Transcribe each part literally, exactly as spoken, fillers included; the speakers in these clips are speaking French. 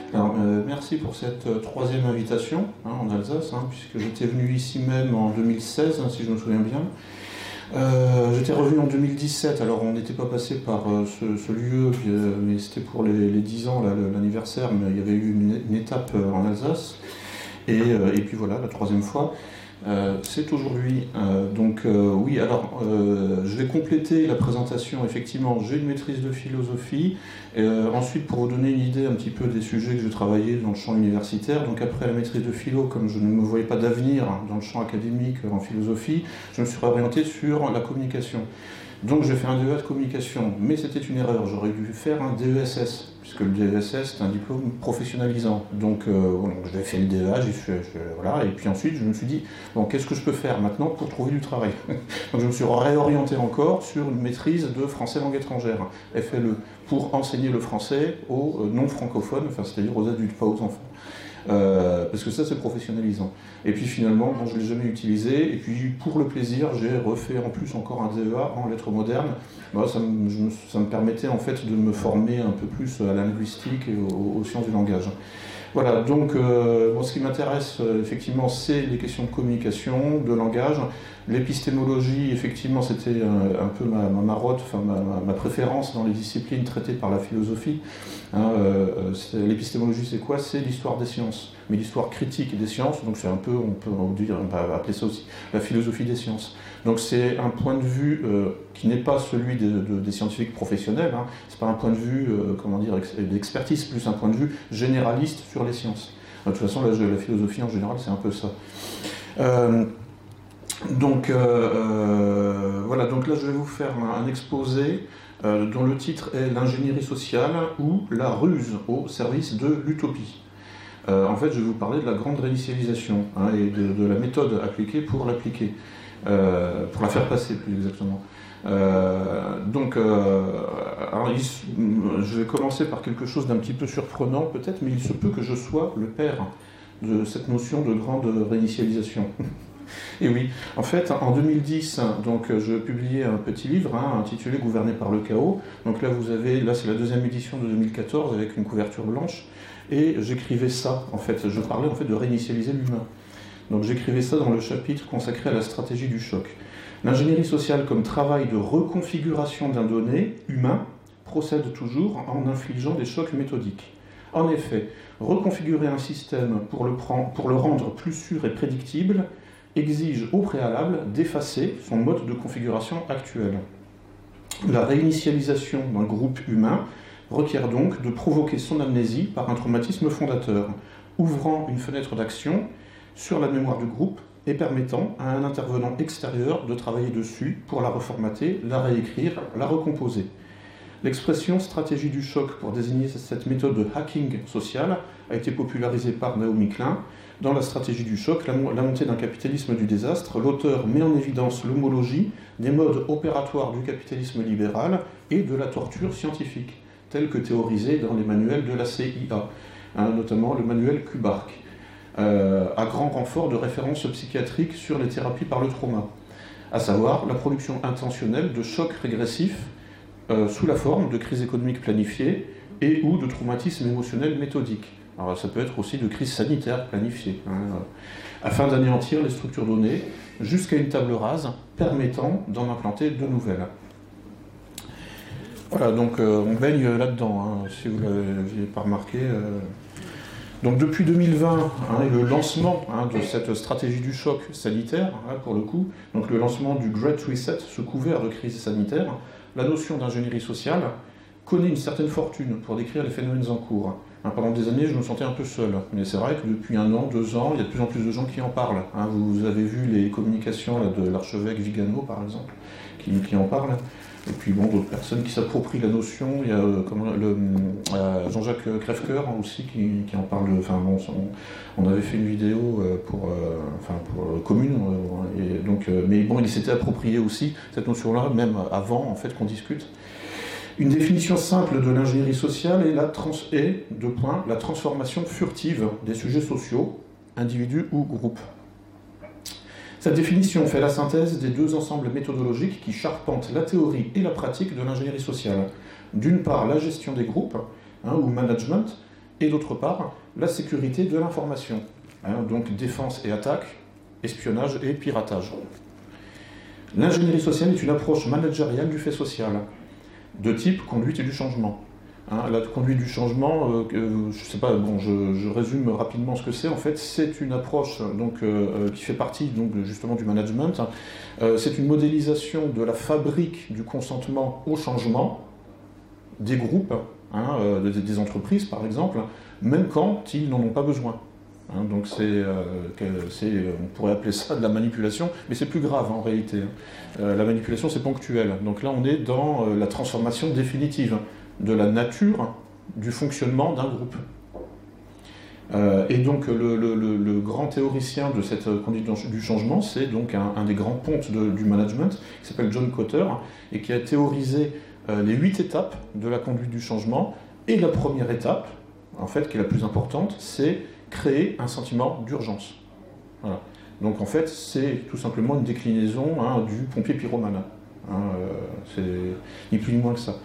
Alors, euh, merci pour cette euh, troisième invitation hein, en Alsace, hein, puisque j'étais venu ici même en deux mille seize, hein, si je me souviens bien. Euh, j'étais revenu en deux mille dix-sept, alors on n'était pas passé par euh, ce, ce lieu, euh, mais c'était pour les, les dix ans, là, l'anniversaire, mais il y avait eu une, une étape euh, en Alsace. Et, euh, et puis voilà, la troisième fois. Euh, c'est aujourd'hui. Euh, donc euh, oui, alors euh, je vais compléter la présentation. Effectivement, j'ai une maîtrise de philosophie. Euh, ensuite, pour vous donner une idée un petit peu des sujets que je travaillais dans le champ universitaire, donc après la maîtrise de philo, comme je ne me voyais pas d'avenir dans le champ académique en philosophie, je me suis orienté sur la communication. Donc j'ai fait un D E A de communication, mais c'était une erreur, j'aurais dû faire un D E S S, puisque le D E S S c'est un diplôme professionnalisant. Donc euh, bon, j'ai fait le D E A, j'ai fait, je, voilà, et puis ensuite je me suis dit, bon, qu'est-ce que je peux faire maintenant pour trouver du travail? Donc je me suis réorienté encore sur une maîtrise de français langue étrangère, F L E, pour enseigner le français aux non-francophones, enfin, c'est-à-dire aux adultes, pas aux enfants. Euh, parce que ça c'est professionnalisant. Et puis finalement, bon, je ne l'ai jamais utilisé, et puis pour le plaisir, j'ai refait en plus encore un D E A en lettres modernes. Bon, ça, me, je me, ça me permettait en fait de me former un peu plus à la linguistique et aux, aux sciences du langage. Voilà, donc euh, bon, ce qui m'intéresse euh, effectivement, c'est les questions de communication, de langage. L'épistémologie, effectivement, c'était un, un peu ma, ma marotte, enfin ma, ma, ma préférence dans les disciplines traitées par la philosophie. Hein, euh, l'épistémologie, c'est quoi? C'est l'histoire des sciences, mais l'histoire critique des sciences, donc c'est un peu, on peut dire, on peut appeler ça aussi la philosophie des sciences. Donc c'est un point de vue euh, qui n'est pas celui de, de, des scientifiques professionnels, hein. C'est pas un point de vue, euh, comment dire, d'expertise, plus un point de vue généraliste sur les sciences. De toute façon, la, la philosophie en général, c'est un peu ça. Euh, donc euh, euh, voilà, donc là je vais vous faire un, un exposé euh, dont le titre est l'ingénierie sociale ou la ruse au service de l'utopie. Euh, en fait, je vais vous parler de la grande réinitialisation hein, et de, de la méthode appliquée pour l'appliquer, euh, pour la faire passer plus exactement. Euh, donc, euh, alors, il, je vais commencer par quelque chose d'un petit peu surprenant peut-être, mais il se peut que je sois le père de cette notion de grande réinitialisation. Et oui, en fait, en deux mille dix, donc, je publiais un petit livre hein, intitulé « Gouverner par le chaos ». Donc là, vous avez, là, c'est la deuxième édition de deux mille quatorze avec une couverture blanche. Et j'écrivais ça, en fait. Je parlais en fait de réinitialiser l'humain. Donc j'écrivais ça dans le chapitre consacré à la stratégie du choc. L'ingénierie sociale comme travail de reconfiguration d'un donné humain procède toujours en infligeant des chocs méthodiques. En effet, reconfigurer un système pour le, prendre, pour le rendre plus sûr et prédictible exige au préalable d'effacer son mode de configuration actuel. La réinitialisation d'un groupe humain requiert donc de provoquer son amnésie par un traumatisme fondateur, ouvrant une fenêtre d'action sur la mémoire du groupe et permettant à un intervenant extérieur de travailler dessus pour la reformater, la réécrire, la recomposer. L'expression stratégie du choc pour désigner cette méthode de hacking social a été popularisée par Naomi Klein. Dans la stratégie du choc, la, la montée d'un capitalisme du désastre, l'auteur met en évidence l'homologie des modes opératoires du capitalisme libéral et de la torture scientifique, telle que théorisée dans les manuels de la C I A, hein, notamment le manuel Kubark, euh, à grand renfort de références psychiatriques sur les thérapies par le trauma, à savoir la production intentionnelle de chocs régressifs euh, sous la forme de crises économiques planifiées et ou de traumatismes émotionnels méthodiques. Alors ça peut être aussi de crises sanitaires planifiées, hein, euh, afin d'anéantir les structures données jusqu'à une table rase permettant d'en implanter de nouvelles. Voilà, donc euh, on baigne là-dedans, hein, si vous ne l'aviez pas remarqué. Euh... Donc depuis deux mille vingt, hein, et le lancement hein, de cette stratégie du choc sanitaire, hein, pour le coup, donc le lancement du Great Reset sous couvert de crise sanitaire, la notion d'ingénierie sociale connaît une certaine fortune pour décrire les phénomènes en cours. Hein, pendant des années, je me sentais un peu seul, mais c'est vrai que depuis un an, deux ans, il y a de plus en plus de gens qui en parlent. Hein, vous avez vu les communications là, de l'archevêque Vigano, par exemple, qui, qui en parle. Et puis bon, d'autres personnes qui s'approprient la notion. Il y a euh, comment, le, euh, Jean-Jacques Crèvecoeur hein, aussi qui, qui en parle. Enfin bon, on, on avait fait une vidéo euh, pour, euh, enfin pour euh, Commune. Euh, et donc, euh, mais bon, il s'était approprié aussi cette notion-là, même avant en fait qu'on discute. Une définition simple de l'ingénierie sociale est, la trans est, deux points, la transformation furtive des sujets sociaux, individus ou groupes. Cette définition fait la synthèse des deux ensembles méthodologiques qui charpentent la théorie et la pratique de l'ingénierie sociale. D'une part, la gestion des groupes, hein, ou management, et d'autre part, la sécurité de l'information, hein, donc défense et attaque, espionnage et piratage. L'ingénierie sociale est une approche managériale du fait social, de type conduite et du changement. Hein, la conduite du changement, euh, euh, je sais pas, bon, je, je résume rapidement ce que c'est. En fait, c'est une approche donc, euh, qui fait partie donc, justement du management. Euh, c'est une modélisation de la fabrique du consentement au changement des groupes, hein, euh, des, des entreprises par exemple, même quand ils n'en ont pas besoin. Hein, donc c'est, euh, on pourrait appeler ça de la manipulation, mais c'est plus grave en réalité. Euh, la manipulation c'est ponctuel. Donc là on est dans euh, la transformation définitive de la nature du fonctionnement d'un groupe. Euh, et donc le, le, le, le grand théoricien de cette conduite du changement, c'est donc un, un des grands pontes de, du management, qui s'appelle John Kotter, et qui a théorisé euh, les huit étapes de la conduite du changement. Et la première étape, en fait, qui est la plus importante, c'est créer un sentiment d'urgence. Voilà. Donc en fait, c'est tout simplement une déclinaison hein, du pompier pyromane. Hein, euh, c'est ni plus ni moins que ça.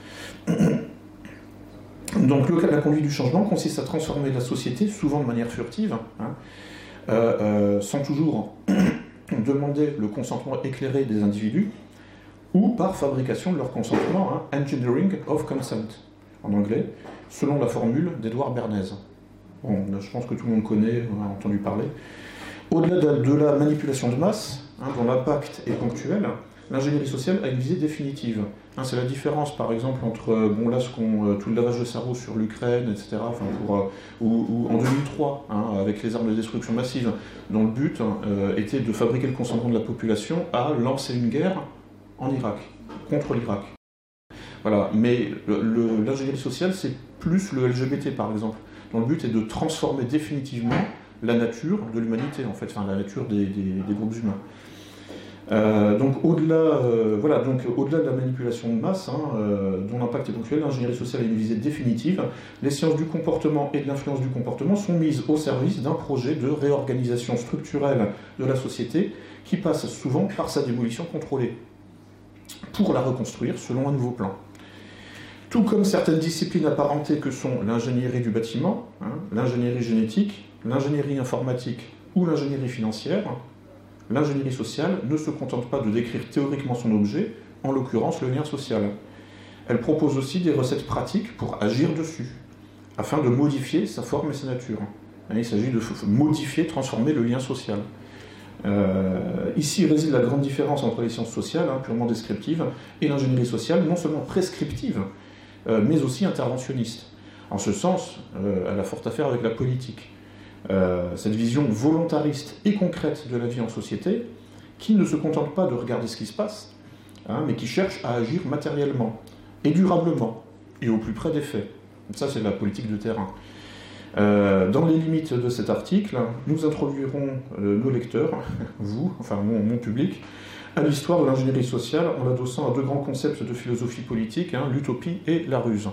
Donc le, la conduite du changement consiste à transformer la société, souvent de manière furtive, hein, euh, euh, sans toujours demander le consentement éclairé des individus, ou par fabrication de leur consentement, hein, engineering of consent, en anglais, selon la formule d'Edouard Bernays. Bon, je pense que tout le monde connaît, on a entendu parler. Au-delà de, de la manipulation de masse, hein, dont l'impact est ponctuel, l'ingénierie sociale a une visée définitive. Hein, c'est la différence, par exemple, entre bon, là, ce qu'on, tout le lavage de cerveau sur l'Ukraine, et cetera, enfin, pour, euh, ou, ou en deux mille trois, hein, avec les armes de destruction massive, dont le but euh, était de fabriquer le consentement de la population à lancer une guerre en Irak, contre l'Irak. Voilà. Mais le, le, l'ingénierie sociale, c'est plus le L G B T, par exemple, dont le but est de transformer définitivement la nature de l'humanité, en fait, enfin la nature des, des, des groupes humains. Euh, donc au-delà, euh, voilà, donc au-delà de la manipulation de masse, hein, euh, dont l'impact est ponctuel, l'ingénierie sociale a une visée définitive. Les sciences du comportement et de l'influence du comportement sont mises au service d'un projet de réorganisation structurelle de la société qui passe souvent par sa démolition contrôlée, pour la reconstruire selon un nouveau plan. Tout comme certaines disciplines apparentées que sont l'ingénierie du bâtiment, hein, l'ingénierie génétique, l'ingénierie informatique ou l'ingénierie financière, l'ingénierie sociale ne se contente pas de décrire théoriquement son objet, en l'occurrence le lien social. Elle propose aussi des recettes pratiques pour agir dessus, afin de modifier sa forme et sa nature. Il s'agit de modifier, transformer le lien social. Euh, ici réside la grande différence entre les sciences sociales, hein, purement descriptives, et l'ingénierie sociale, non seulement prescriptive, euh, mais aussi interventionniste. En ce sens, euh, elle a fort affaire avec la politique. Euh, cette vision volontariste et concrète de la vie en société, qui ne se contente pas de regarder ce qui se passe, hein, mais qui cherche à agir matériellement, et durablement, et au plus près des faits. Ça, c'est de la politique de terrain. Euh, dans les limites de cet article, nous introduirons euh, nos lecteurs, vous, enfin mon, mon public, à l'histoire de l'ingénierie sociale en l'adossant à deux grands concepts de philosophie politique, hein, l'utopie et la ruse.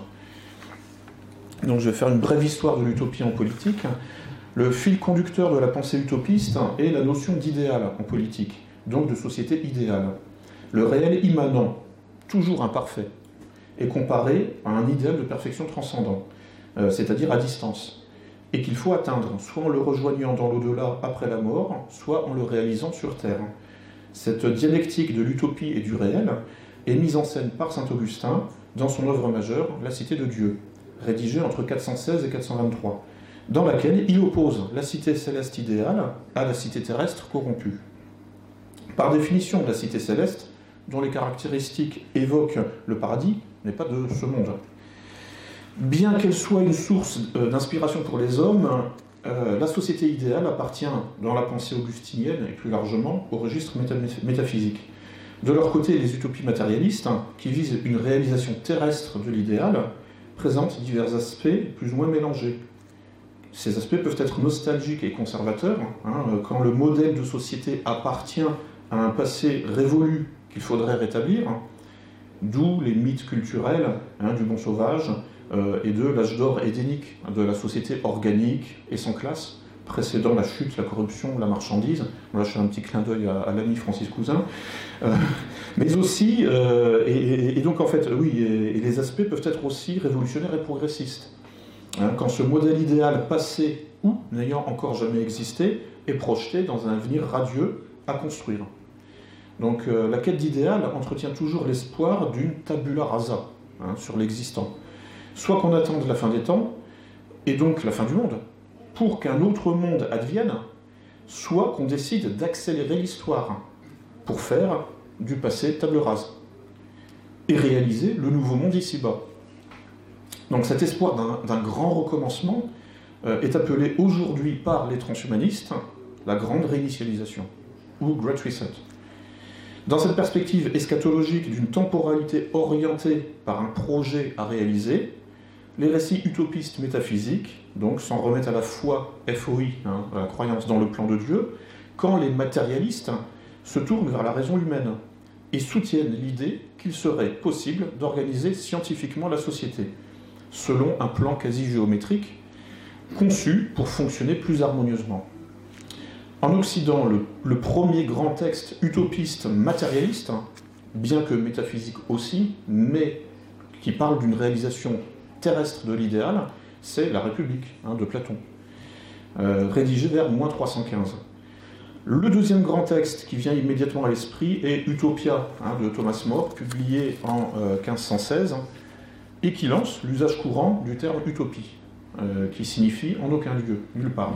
Donc je vais faire une brève histoire de l'utopie en politique. Le fil conducteur de la pensée utopiste est la notion d'idéal en politique, donc de société idéale. Le réel immanent, toujours imparfait, est comparé à un idéal de perfection transcendant, euh, c'est-à-dire à distance, et qu'il faut atteindre, soit en le rejoignant dans l'au-delà après la mort, soit en le réalisant sur Terre. Cette dialectique de l'utopie et du réel est mise en scène par saint Augustin dans son œuvre majeure, La Cité de Dieu, rédigée entre quatre cent seize et quatre cent vingt-trois, dans laquelle il oppose la cité céleste idéale à la cité terrestre corrompue. Par définition, la cité céleste, dont les caractéristiques évoquent le paradis, n'est pas de ce monde. Bien qu'elle soit une source d'inspiration pour les hommes, euh, la société idéale appartient, dans la pensée augustinienne et plus largement, au registre métaphysique. De leur côté, les utopies matérialistes, qui visent une réalisation terrestre de l'idéal, présentent divers aspects plus ou moins mélangés. Ces aspects peuvent être nostalgiques et conservateurs, hein, quand le modèle de société appartient à un passé révolu qu'il faudrait rétablir, d'où les mythes culturels hein, du bon sauvage, Euh, et de l'âge d'or édénique, de la société organique et sans classe, précédant la chute, la corruption, la marchandise. Là, je fais un petit clin d'œil à, à l'ami Francis Cousin. Euh, mais aussi, euh, et, et donc en fait, oui, et, et les aspects peuvent être aussi révolutionnaires et progressistes. hein, quand ce modèle idéal passé ou n'ayant encore jamais existé est projeté dans un avenir radieux à construire. Donc euh, la quête d'idéal entretient toujours l'espoir d'une tabula rasa, hein, sur l'existant. Soit qu'on attende la fin des temps, et donc la fin du monde, pour qu'un autre monde advienne, soit qu'on décide d'accélérer l'histoire pour faire du passé table rase et réaliser le nouveau monde ici-bas. Donc cet espoir d'un, d'un grand recommencement euh, est appelé aujourd'hui par les transhumanistes la grande réinitialisation, ou Great Reset. Dans cette perspective eschatologique d'une temporalité orientée par un projet à réaliser, les récits utopistes métaphysiques donc, s'en remettent à la foi, F O I, hein, à la croyance dans le plan de Dieu, quand les matérialistes se tournent vers la raison humaine et soutiennent l'idée qu'il serait possible d'organiser scientifiquement la société, selon un plan quasi géométrique, conçu pour fonctionner plus harmonieusement. En Occident, le, le premier grand texte utopiste matérialiste, bien que métaphysique aussi, mais qui parle d'une réalisation terrestre de l'idéal, c'est La République, hein, de Platon, euh, rédigé vers moins trois cent quinze. Le deuxième grand texte qui vient immédiatement à l'esprit est Utopia, hein, de Thomas More, publié en euh, quinze cent seize, et qui lance l'usage courant du terme utopie, euh, qui signifie en aucun lieu, nulle part.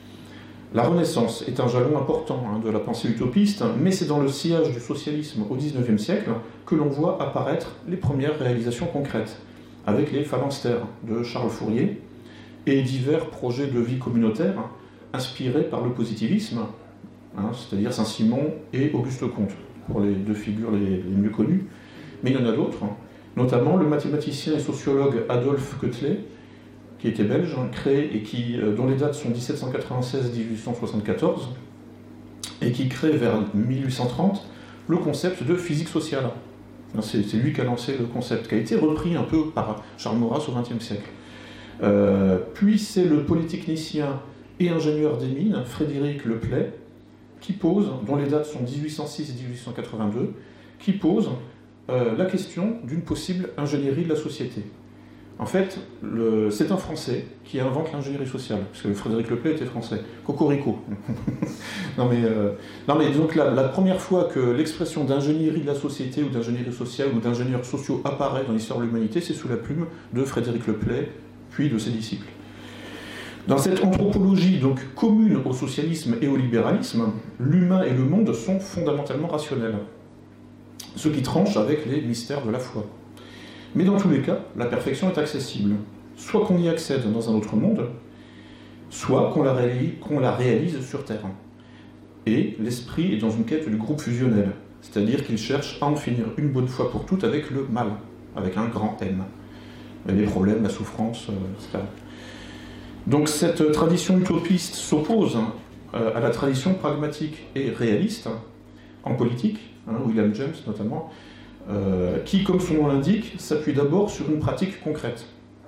La Renaissance est un jalon important, hein, de la pensée utopiste, mais c'est dans le sillage du socialisme au dix-neuvième siècle que l'on voit apparaître les premières réalisations concrètes, avec les phalanstères de Charles Fourier et divers projets de vie communautaire inspirés par le positivisme, hein, c'est-à-dire Saint-Simon et Auguste Comte, pour les deux figures les, les mieux connues. Mais il y en a d'autres, hein, notamment le mathématicien et sociologue Adolphe Quetelet, qui était belge, hein, créé et qui, euh, dont les dates sont dix-sept cent quatre-vingt-seize à dix-huit cent soixante-quatorze, et qui crée vers mille huit cent trente le concept de physique sociale. C'est, c'est lui qui a lancé le concept, qui a été repris un peu par Charles Maurras au vingtième siècle. Euh, puis c'est le polytechnicien et ingénieur des mines, Frédéric Leplay, qui pose, dont les dates sont dix-huit cent six et dix-huit cent quatre-vingt-deux, qui pose euh, la question d'une possible ingénierie de la société. En fait, le, c'est un Français qui invente l'ingénierie sociale, parce que Frédéric Leplay était français. Cocorico. non, mais, euh, non mais donc la, la première fois que l'expression d'ingénierie de la société ou d'ingénierie sociale ou d'ingénieurs sociaux apparaît dans l'histoire de l'humanité, c'est sous la plume de Frédéric Leplay, puis de ses disciples. Dans cette anthropologie donc commune au socialisme et au libéralisme, l'humain et le monde sont fondamentalement rationnels, ce qui tranche avec les mystères de la foi. Mais dans tous les cas, la perfection est accessible. Soit qu'on y accède dans un autre monde, soit qu'on la réalise, qu'on la réalise sur Terre. Et l'esprit est dans une quête du groupe fusionnel, c'est-à-dire qu'il cherche à en finir une bonne fois pour toutes avec le mal, avec un grand M. Les problèmes, la souffrance, et cetera. Donc cette tradition utopiste s'oppose à la tradition pragmatique et réaliste en politique, hein, William James notamment, Euh, qui, comme son nom l'indique, s'appuie d'abord sur une pratique concrète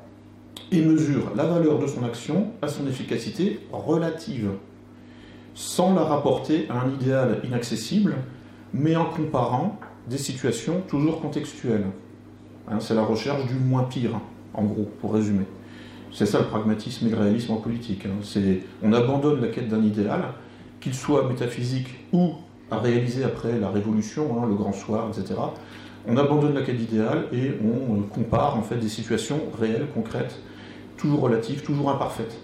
et mesure la valeur de son action à son efficacité relative, sans la rapporter à un idéal inaccessible, mais en comparant des situations toujours contextuelles. Hein, c'est la recherche du moins pire, en gros, pour résumer. C'est ça le pragmatisme et le réalisme en politique. Hein. C'est, on abandonne la quête d'un idéal, qu'il soit métaphysique ou à réaliser après la Révolution, hein, le Grand Soir, et cetera. On abandonne la quête d'idéal et on compare en fait des situations réelles, concrètes, toujours relatives, toujours imparfaites.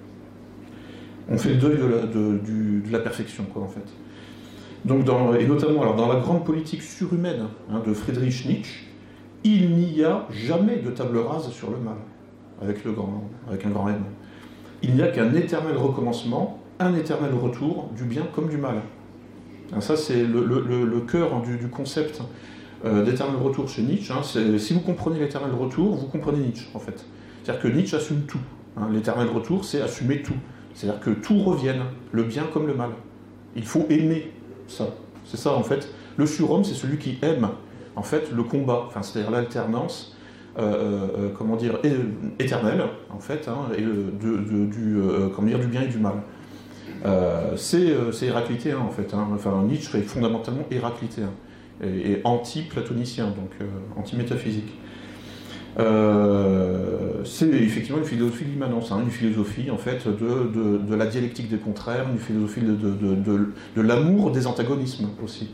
On fait le deuil de la, de, du, de la perfection, quoi, en fait. Donc dans, et notamment alors, dans la grande politique surhumaine, hein, de Friedrich Nietzsche, il n'y a jamais de table rase sur le mal, avec, le grand, avec un grand M. Il n'y a qu'un éternel recommencement, un éternel retour du bien comme du mal. hein, ça, c'est le, le, le, le cœur du, du concept Euh, d'éternel retour chez Nietzsche. Hein, c'est, si vous comprenez l'éternel retour, vous comprenez Nietzsche, en fait. C'est-à-dire que Nietzsche assume tout. Hein, l'éternel retour, c'est assumer tout. C'est-à-dire que tout revienne, le bien comme le mal. Il faut aimer ça. C'est ça, en fait. Le surhomme, c'est celui qui aime, en fait, le combat, enfin, c'est-à-dire l'alternance, euh, euh, comment dire, é- éternelle, en fait, hein, et de, de, du, euh, comment dire, du bien et du mal. Euh, c'est, c'est héraclitéen, en fait. Hein. Enfin, Nietzsche est fondamentalement héraclitéen. Et anti-platonicien, donc euh, anti-métaphysique. Euh, c'est effectivement une philosophie de l'immanence, hein, une philosophie en fait de, de, de la dialectique des contraires, une philosophie de, de, de, de, de l'amour des antagonismes aussi.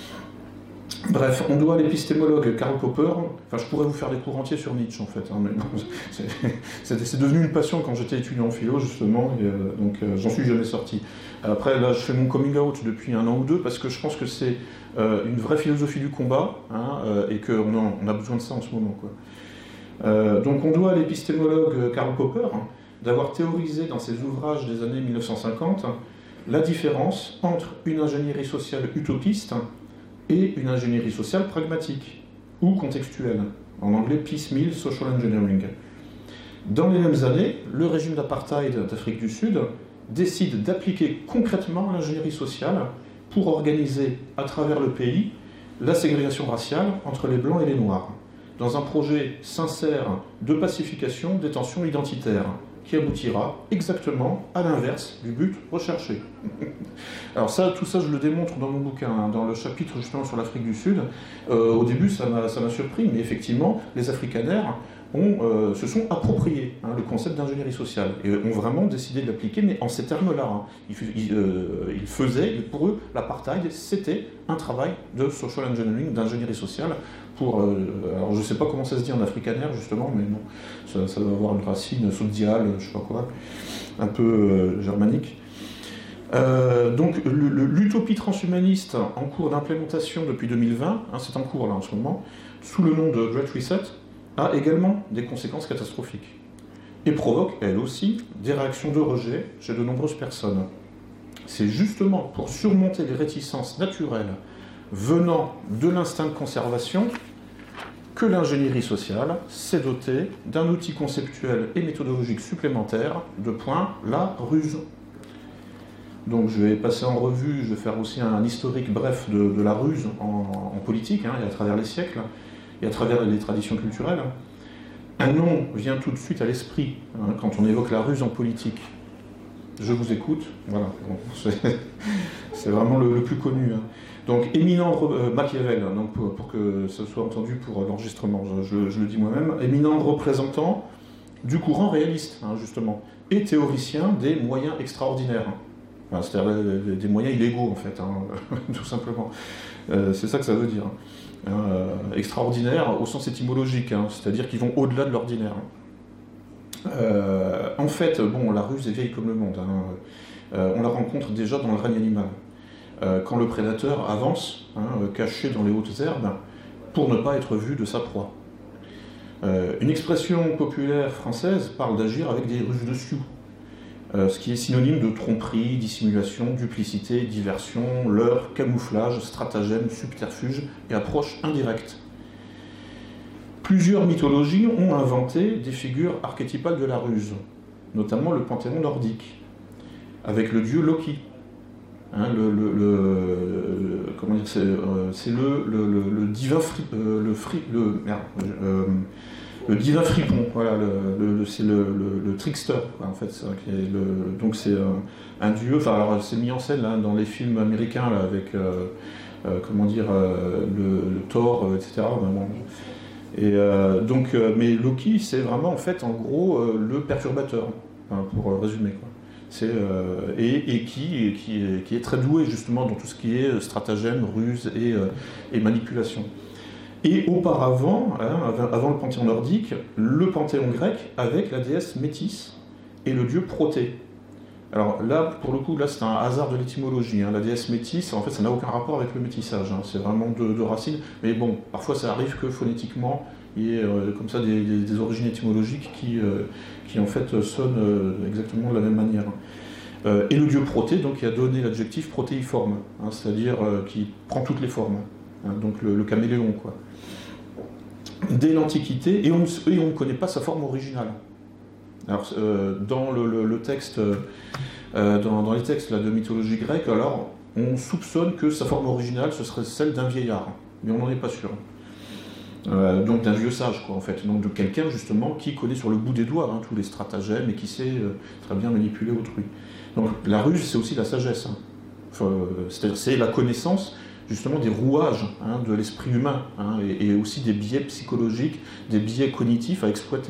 Bref, on doit à l'épistémologue Karl Popper, enfin je pourrais vous faire des cours entiers sur Nietzsche en fait, hein, mais bon, c'est devenu une passion quand j'étais étudiant en philo justement, et, euh, donc euh, j'en suis jamais sorti. Après là je fais mon coming out depuis un an ou deux parce que je pense que c'est euh, une vraie philosophie du combat, hein, euh, et qu'on a, on a besoin de ça en ce moment, quoi. Euh, donc on doit à l'épistémologue Karl Popper hein, d'avoir théorisé dans ses ouvrages des années mille neuf cent cinquante hein, la différence entre une ingénierie sociale utopiste et une ingénierie sociale pragmatique ou contextuelle, en anglais piecemeal social engineering. Dans les mêmes années, le régime d'apartheid d'Afrique du Sud décide d'appliquer concrètement l'ingénierie sociale pour organiser à travers le pays la ségrégation raciale entre les blancs et les noirs, dans un projet sincère de pacification des tensions identitaires, qui aboutira exactement à l'inverse du but recherché. Alors ça, tout ça, je le démontre dans mon bouquin, hein, dans le chapitre justement sur l'Afrique du Sud. Euh, au début, ça m'a ça m'a surpris, mais effectivement, les Afrikaners ont, euh, se sont appropriés hein, le concept d'ingénierie sociale et ont vraiment décidé de l'appliquer, mais en ces termes-là. Hein. Ils, ils, euh, ils faisaient, pour eux, l'apartheid, c'était un travail de social engineering, d'ingénierie sociale. Pour, euh, alors je ne sais pas comment ça se dit en afrikaner justement, mais non, ça, ça doit avoir une racine sociale, je ne sais pas quoi, un peu euh, germanique. Euh, donc l'utopie transhumaniste en cours d'implémentation depuis deux mille vingt, hein, c'est en cours là en ce moment, sous le nom de Great Reset, a également des conséquences catastrophiques et provoque elle aussi des réactions de rejet chez de nombreuses personnes. C'est justement pour surmonter les réticences naturelles venant de l'instinct de conservation que l'ingénierie sociale s'est dotée d'un outil conceptuel et méthodologique supplémentaire, de point, la ruse. Donc je vais passer en revue, je vais faire aussi un historique bref de, de la ruse en, en politique, hein, et à travers les siècles, et à travers les traditions culturelles. Un nom vient tout de suite à l'esprit hein, quand on évoque la ruse en politique. Je vous écoute, voilà, bon, c'est vraiment le, le plus connu. Hein. Donc, éminent euh, Machiavel, hein, donc pour, pour que ce soit entendu pour l'enregistrement, je, je, je le dis moi-même, éminent représentant du courant réaliste, hein, justement, et théoricien des moyens extraordinaires. Hein. Enfin, c'est-à-dire des, des moyens illégaux, en fait, hein, tout simplement. Euh, c'est ça que ça veut dire. Hein. Euh, extraordinaire au sens étymologique, hein, c'est-à-dire qu'ils vont au-delà de l'ordinaire. Hein. Euh, en fait, bon, la ruse est vieille comme le monde. Hein. Euh, on la rencontre déjà dans le règne animal. Euh, quand le prédateur avance, hein, caché dans les hautes herbes, pour ne pas être vu de sa proie. Euh, une expression populaire française parle d'agir avec des ruses de sioux, euh, ce qui est synonyme de tromperie, dissimulation, duplicité, diversion, leurre, camouflage, stratagème, subterfuge et approche indirecte. Plusieurs mythologies ont inventé des figures archétypales de la ruse, notamment le panthéon nordique, avec le dieu Loki. Hein, le, le, le, comment dire, c'est euh, le, le, le, le divin fri, euh, le, fri, le, merde, euh, le divin fripon, voilà, le, le, c'est le, le, le trickster, quoi, en fait, c'est le, donc c'est euh, un dieu. Enfin, alors c'est mis en scène là, dans les films américains là, avec euh, euh, comment dire euh, le, le Thor, euh, et cetera. Ben, bon. Et euh, donc, euh, mais Loki, c'est vraiment en fait, en gros, euh, le perturbateur, hein, pour euh, résumer, quoi. C'est, euh, et, et qui, qui, est, qui est très doué justement dans tout ce qui est stratagème, ruse et, euh, et manipulation. Et auparavant, hein, avant le panthéon nordique, le panthéon grec avec la déesse Métis et le dieu Proté. Alors là, pour le coup, là c'est un hasard de l'étymologie. Hein. La déesse Métis, en fait, ça n'a aucun rapport avec le métissage. Hein. C'est vraiment deux de racines. Mais bon, parfois ça arrive que phonétiquement, il y ait euh, comme ça des, des, des origines étymologiques qui, euh, qui en fait sonnent euh, exactement de la même manière. Euh, et le dieu Proté, donc, qui a donné l'adjectif protéiforme, hein, c'est-à-dire euh, qui prend toutes les formes. Hein, donc le, le caméléon, quoi. Dès l'Antiquité, et on, et on ne connaît pas sa forme originale. Alors, euh, dans le, le, le texte, euh, dans, dans les textes là, de mythologie grecque, alors, on soupçonne que sa forme originale, ce serait celle d'un vieillard, mais on n'en est pas sûr. Euh, donc d'un vieux sage, quoi, en fait. Donc de quelqu'un, justement, qui connaît sur le bout des doigts hein, tous les stratagèmes et qui sait euh, très bien manipuler autrui. Donc la ruse, c'est aussi la sagesse. Hein. Enfin, c'est, c'est la connaissance justement des rouages hein, de l'esprit humain, hein, et, et aussi des biais psychologiques, des biais cognitifs à exploiter.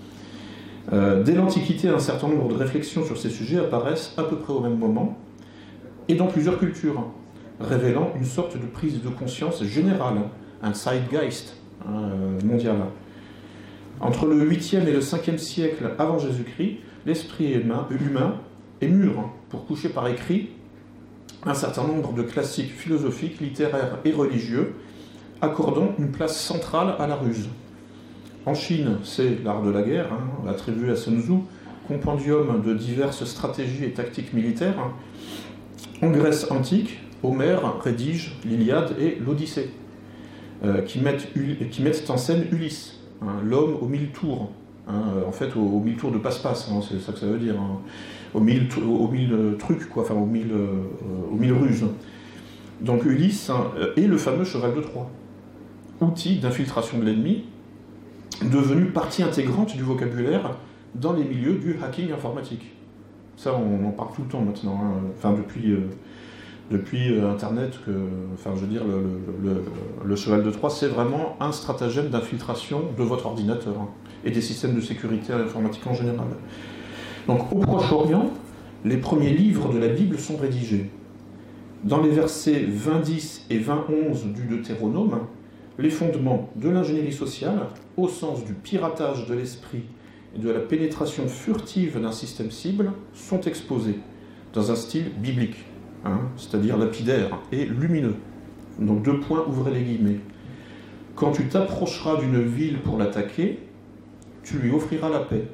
Euh, dès l'Antiquité, un certain nombre de réflexions sur ces sujets apparaissent à peu près au même moment, et dans plusieurs cultures, révélant une sorte de prise de conscience générale, un zeitgeist hein, mondial. Entre le huitième et le cinquième siècle avant Jésus-Christ, l'esprit humain, humain est mûr pour coucher par écrit un certain nombre de classiques philosophiques, littéraires et religieux, accordant une place centrale à la ruse. En Chine, c'est l'art de la guerre, hein, attribué à Sun Tzu, compendium de diverses stratégies et tactiques militaires. En Grèce antique, Homère rédige l'Iliade et l'Odyssée, euh, qui, mettent, qui mettent en scène Ulysse, hein, l'homme aux mille tours, hein, en fait aux, aux mille tours de passe-passe, hein, c'est ça que ça veut dire, hein, aux, mille, aux mille trucs, quoi, enfin aux mille, euh, aux mille ruses. Donc Ulysse hein, est le fameux cheval de Troie, outil d'infiltration de l'ennemi, devenu partie intégrante du vocabulaire dans les milieux du hacking informatique. Ça, on en parle tout le temps maintenant, hein, enfin depuis... Euh, Depuis Internet, que, enfin, je veux dire, le, le, le, le cheval de Troie, c'est vraiment un stratagème d'infiltration de votre ordinateur hein, et des systèmes de sécurité informatique en général. Donc, au Proche-Orient, les premiers livres de la Bible sont rédigés. Dans les versets vingt dix et vingt onze du Deutéronome, les fondements de l'ingénierie sociale, au sens du piratage de l'esprit et de la pénétration furtive d'un système cible, sont exposés dans un style biblique. Hein, c'est-à-dire lapidaire et lumineux. Donc deux points, ouvrez les guillemets. Quand tu t'approcheras d'une ville pour l'attaquer, tu lui offriras la paix.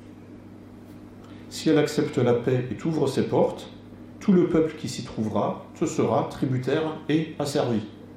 Si elle accepte la paix et t'ouvre ses portes, tout le peuple qui s'y trouvera te sera tributaire et asservi.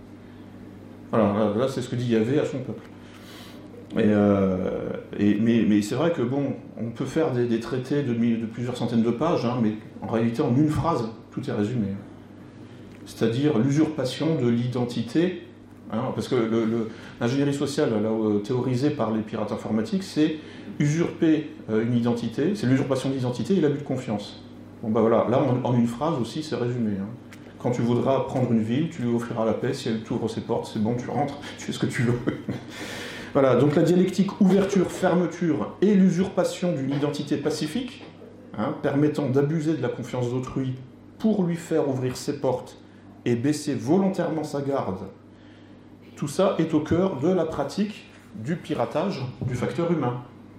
Voilà, là, là c'est ce que dit Yahvé à son peuple. Et, euh, et, mais mais c'est vrai que bon, on peut faire des, des traités de, de plusieurs centaines de pages, hein, mais en réalité en une phrase, tout est résumé. C'est-à-dire l'usurpation de l'identité, hein, parce que le, le, l'ingénierie sociale là, euh, théorisée par les pirates informatiques, c'est usurper euh, une identité, c'est l'usurpation de l'identité et l'abus de confiance. Bon ben voilà, là en, en une phrase aussi c'est résumé. Hein. Quand tu voudras prendre une ville, tu lui offriras la paix, si elle t'ouvre ses portes, c'est bon, tu rentres, tu fais ce que tu veux. Voilà, donc la dialectique ouverture-fermeture et l'usurpation d'une identité pacifique, hein, permettant d'abuser de la confiance d'autrui pour lui faire ouvrir ses portes et baisser volontairement sa garde, tout ça est au cœur de la pratique du piratage du facteur humain.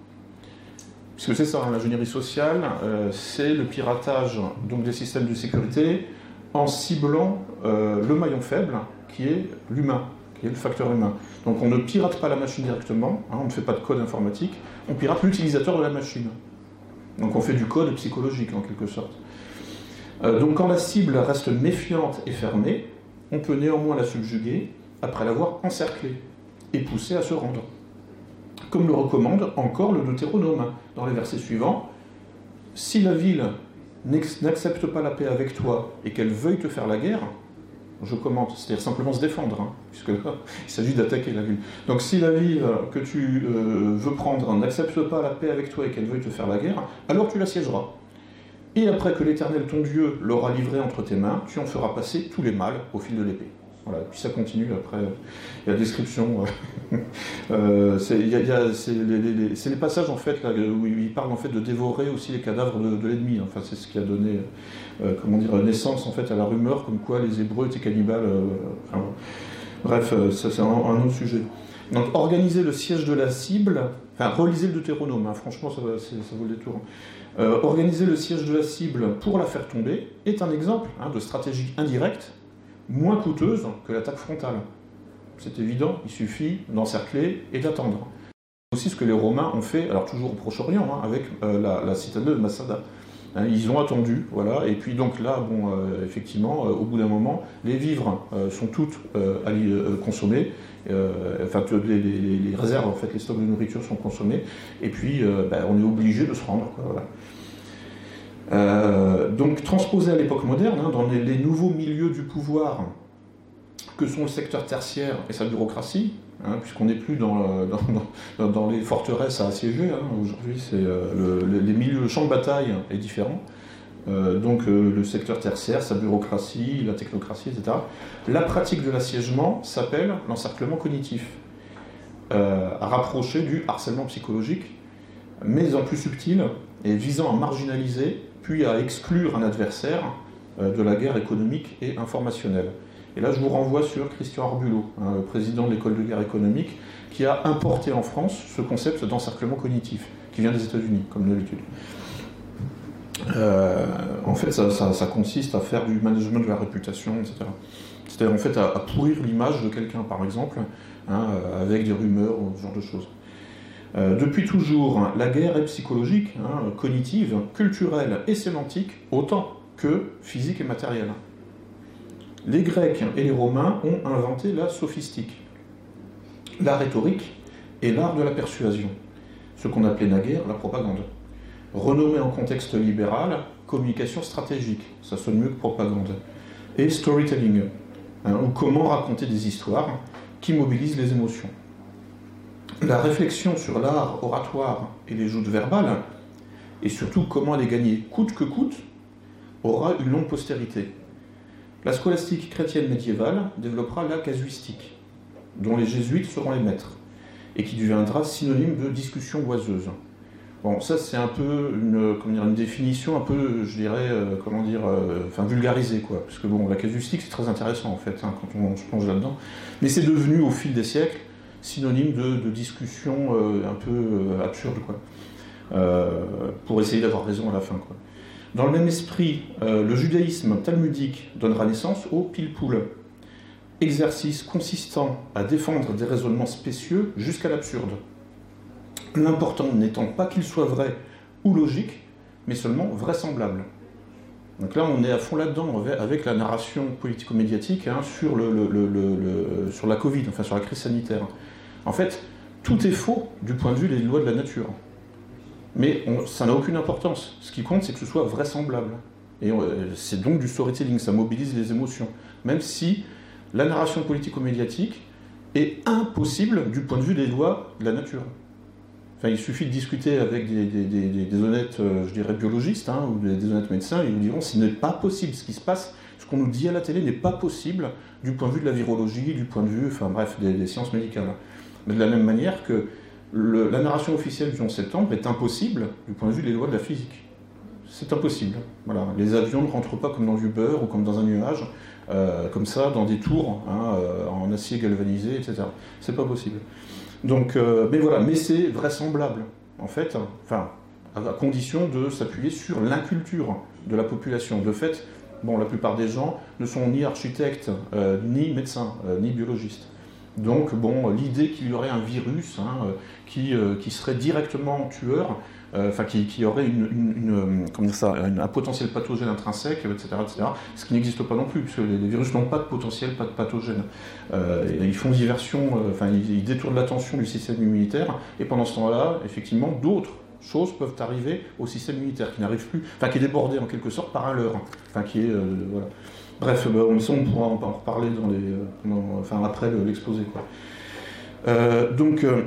Puisque c'est ça, hein, l'ingénierie sociale, euh, c'est le piratage donc, des systèmes de sécurité en ciblant euh, le maillon faible, qui est l'humain, qui est le facteur humain. Donc on ne pirate pas la machine directement, hein, on ne fait pas de code informatique, on pirate l'utilisateur de la machine. Donc on fait du code psychologique en quelque sorte. Euh, donc quand la cible reste méfiante et fermée, on peut néanmoins la subjuguer après l'avoir encerclée et pousser à se rendre. Comme le recommande encore le Deutéronome dans les versets suivants, si la ville n'accepte pas la paix avec toi et qu'elle veuille te faire la guerre, je commente, c'est-à-dire simplement se défendre, hein, puisque là, il s'agit d'attaquer la ville. Donc si la ville que tu euh, veux prendre n'accepte pas la paix avec toi et qu'elle veuille te faire la guerre, alors tu l'assiégeras. Et après que l'Éternel, ton Dieu, l'aura livré entre tes mains, tu en feras passer tous les mâles au fil de l'épée. Voilà, puis ça continue, après, il y a la description. euh, c'est, y a, y a, c'est, les, les, c'est les passages, en fait, là, où il parle en fait, de dévorer aussi les cadavres de, de l'ennemi. Enfin, c'est ce qui a donné euh, comment dire, naissance en fait, à la rumeur comme quoi les Hébreux étaient cannibales. Euh, enfin, bref, ça c'est un, un autre sujet. Donc, organiser le siège de la cible, enfin, relisez le Deutéronome, hein, franchement, ça, ça vaut le détour. Euh, organiser le siège de la cible pour la faire tomber est un exemple hein, de stratégie indirecte, moins coûteuse que l'attaque frontale. C'est évident, il suffit d'encercler et d'attendre. C'est aussi ce que les Romains ont fait, alors toujours au Proche-Orient, hein, avec euh, la, la citadelle de Massada. Hein, ils ont attendu, voilà, et puis donc là, bon, euh, effectivement, euh, au bout d'un moment, les vivres euh, sont toutes euh, euh, consommées, euh, enfin, les, les, les réserves, en fait, les stocks de nourriture sont consommés, et puis euh, ben, on est obligé de se rendre, quoi, voilà. Euh, donc transposé à l'époque moderne, hein, dans les, les nouveaux milieux du pouvoir que sont le secteur tertiaire et sa bureaucratie, hein, puisqu'on n'est plus dans, dans, dans, dans les forteresses à assiéger, hein, aujourd'hui c'est, euh, le, les milieux, le champ de bataille est différent, euh, donc euh, le secteur tertiaire, sa bureaucratie, la technocratie, et cetera. La pratique de l'assiégement s'appelle l'encerclement cognitif, euh, à rapprocher du harcèlement psychologique, mais en plus subtil, et visant à marginaliser, puis à exclure un adversaire euh, de la guerre économique et informationnelle. Et là, je vous renvoie sur Christian Arbulot, hein, le président de l'école de guerre économique, qui a importé en France ce concept d'encerclement cognitif, qui vient des États-Unis, comme d'habitude. Euh, en fait, ça, ça, ça consiste à faire du management de la réputation, et cetera. C'est-à-dire, en fait, à, à pourrir l'image de quelqu'un, par exemple, hein, avec des rumeurs ou ce genre de choses. Euh, depuis toujours, hein, la guerre est psychologique, hein, cognitive, culturelle et sémantique, autant que physique et matérielle. Les Grecs et les Romains ont inventé la sophistique, la rhétorique et l'art de la persuasion, ce qu'on appelait naguère la propagande. Renommé en contexte libéral, communication stratégique, ça sonne mieux que propagande, et storytelling, hein, ou comment raconter des histoires qui mobilisent les émotions. La réflexion sur l'art oratoire et les joutes verbales, et surtout comment les gagner coûte que coûte, aura une longue postérité. La scolastique chrétienne médiévale développera la casuistique, dont les jésuites seront les maîtres, et qui deviendra synonyme de discussion oiseuse. Bon, ça c'est un peu une, comment dire, une définition un peu, je dirais, euh, comment dire, euh, enfin vulgarisée, quoi. Parce que bon, la casuistique c'est très intéressant en fait, hein, quand on, on se plonge là-dedans. Mais c'est devenu au fil des siècles synonyme de, de discussion euh, un peu euh, absurde, quoi. Euh, pour essayer d'avoir raison à la fin, quoi. Dans le même esprit, euh, le judaïsme talmudique donnera naissance au pile-poule, exercice consistant à défendre des raisonnements spécieux jusqu'à l'absurde. L'important n'étant pas qu'il soit vrai ou logique, mais seulement vraisemblable. Donc là, on est à fond là-dedans avec la narration politico-médiatique, hein, sur, le, le, le, le, sur la Covid, enfin sur la crise sanitaire. En fait, tout est faux du point de vue des lois de la nature. Mais on, ça n'a aucune importance. Ce qui compte, c'est que ce soit vraisemblable. Et on, c'est donc du storytelling, ça mobilise les émotions. Même si la narration politico-médiatique est impossible du point de vue des lois de la nature. Enfin, il suffit de discuter avec des, des, des, des honnêtes, euh, je dirais, biologistes, hein, ou des, des honnêtes médecins, et ils vous diront que ce n'est pas possible. Ce qui se passe, ce qu'on nous dit à la télé n'est pas possible du point de vue de la virologie, du point de vue, enfin bref, des, des sciences médicales. Mais de la même manière que le, la narration officielle du onze septembre est impossible du point de vue des lois de la physique. C'est impossible. Voilà. Les avions ne rentrent pas comme dans du beurre ou comme dans un nuage, euh, comme ça, dans des tours, hein, euh, en acier galvanisé, et cetera. C'est pas possible. Donc, euh, mais voilà, mais c'est vraisemblable, en fait, enfin, à condition de s'appuyer sur l'inculture de la population. De fait, bon, la plupart des gens ne sont ni architectes, euh, ni médecins, euh, ni biologistes. Donc, bon, l'idée qu'il y aurait un virus, hein, qui, euh, qui serait directement tueur, euh, enfin, qui, qui aurait une, une, une, comment dire ça, une, un potentiel pathogène intrinsèque, et cetera, et cetera, ce qui n'existe pas non plus, puisque les, les virus n'ont pas de potentiel, pas de pathogène. Euh, et ils font diversion, euh, enfin, ils, ils détournent l'attention du système immunitaire, et pendant ce temps-là, effectivement, d'autres choses peuvent arriver au système immunitaire, qui n'arrive plus, enfin, qui est débordé en quelque sorte par un leurre, enfin, qui est, euh, voilà. Bref, bah, on, ça, on pourra en reparler dans les, euh, dans, enfin, après l'exposé, quoi. Euh, donc, euh,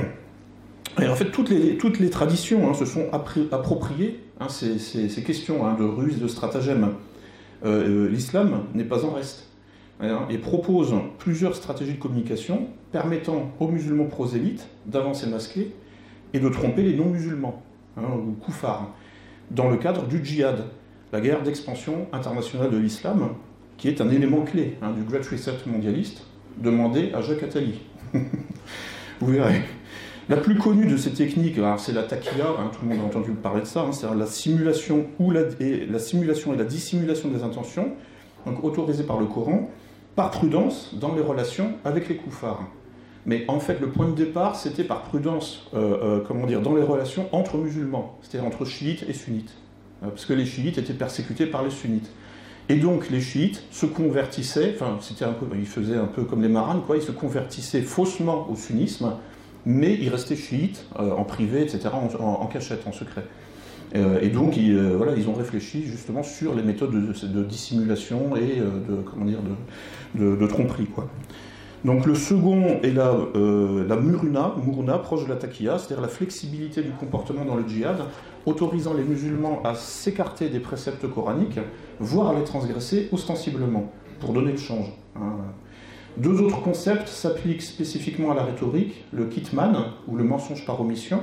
et en fait, toutes les, toutes les traditions, hein, se sont appropriées, hein, ces, ces, ces questions, hein, de ruse, de stratagème. Euh, L'islam n'est pas en reste, hein, et propose plusieurs stratégies de communication permettant aux musulmans prosélytes d'avancer masqués et de tromper les non-musulmans, hein, ou koufars, dans le cadre du djihad, la guerre d'expansion internationale de l'islam, qui est un élément clé, hein, du Great Reset mondialiste, demandé à Jacques Attali. Vous verrez. La plus connue de ces techniques, c'est la taqiya, hein, tout le monde a entendu parler de ça, hein, c'est-à-dire la simulation, ou la, et, la simulation et la dissimulation des intentions, donc autorisée par le Coran, par prudence dans les relations avec les koufars. Mais en fait, le point de départ, c'était par prudence, euh, euh, comment dire, dans les relations entre musulmans, c'est-à-dire entre chiites et sunnites, euh, parce que les chiites étaient persécutés par les sunnites. Et donc les chiites se convertissaient, enfin c'était un peu, ils faisaient un peu comme les marranes, quoi, ils se convertissaient faussement au sunnisme, mais ils restaient chiites euh, en privé, et cetera, en, en, en cachette, en secret. Euh, et donc ils, euh, voilà, ils ont réfléchi justement sur les méthodes de, de, de dissimulation et euh, de, comment dire, de, de, de tromperie, quoi. Donc le second est la, euh, la muruna, muruna, proche de la taqiyya, c'est-à-dire la flexibilité du comportement dans le djihad, autorisant les musulmans à s'écarter des préceptes coraniques, voire à les transgresser ostensiblement, pour donner le change. Hein. Deux autres concepts s'appliquent spécifiquement à la rhétorique, le kitman, ou le mensonge par omission,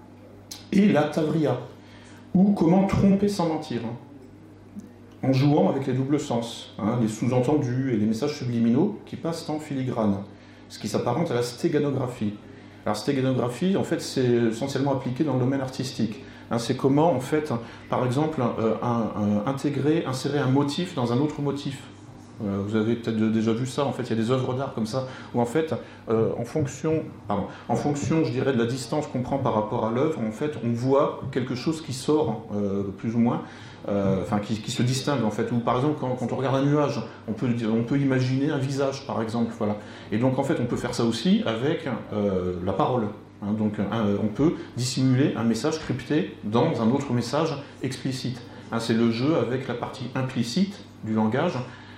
et la tavriya, ou comment tromper sans mentir, hein, en jouant avec les doubles sens, hein, les sous-entendus et les messages subliminaux qui passent en filigrane, ce qui s'apparente à la stéganographie. Alors stéganographie, en fait, c'est essentiellement appliqué dans le domaine artistique. Hein, c'est comment, en fait, par exemple, euh, un, un, intégrer, insérer un motif dans un autre motif. Euh, vous avez peut-être déjà vu ça, en fait, il y a des œuvres d'art comme ça, où en fait, euh, en fonction, pardon, en fonction, je dirais, de la distance qu'on prend par rapport à l'œuvre, en fait, on voit quelque chose qui sort, euh, plus ou moins, euh, enfin, qui, qui se distingue, en fait. Ou par exemple, quand, quand on regarde un nuage, on peut, on peut imaginer un visage, par exemple, voilà. Et donc, en fait, on peut faire ça aussi avec euh, la parole. Hein, donc, un, on peut dissimuler un message crypté dans un autre message explicite. Hein, c'est le jeu avec la partie implicite du langage,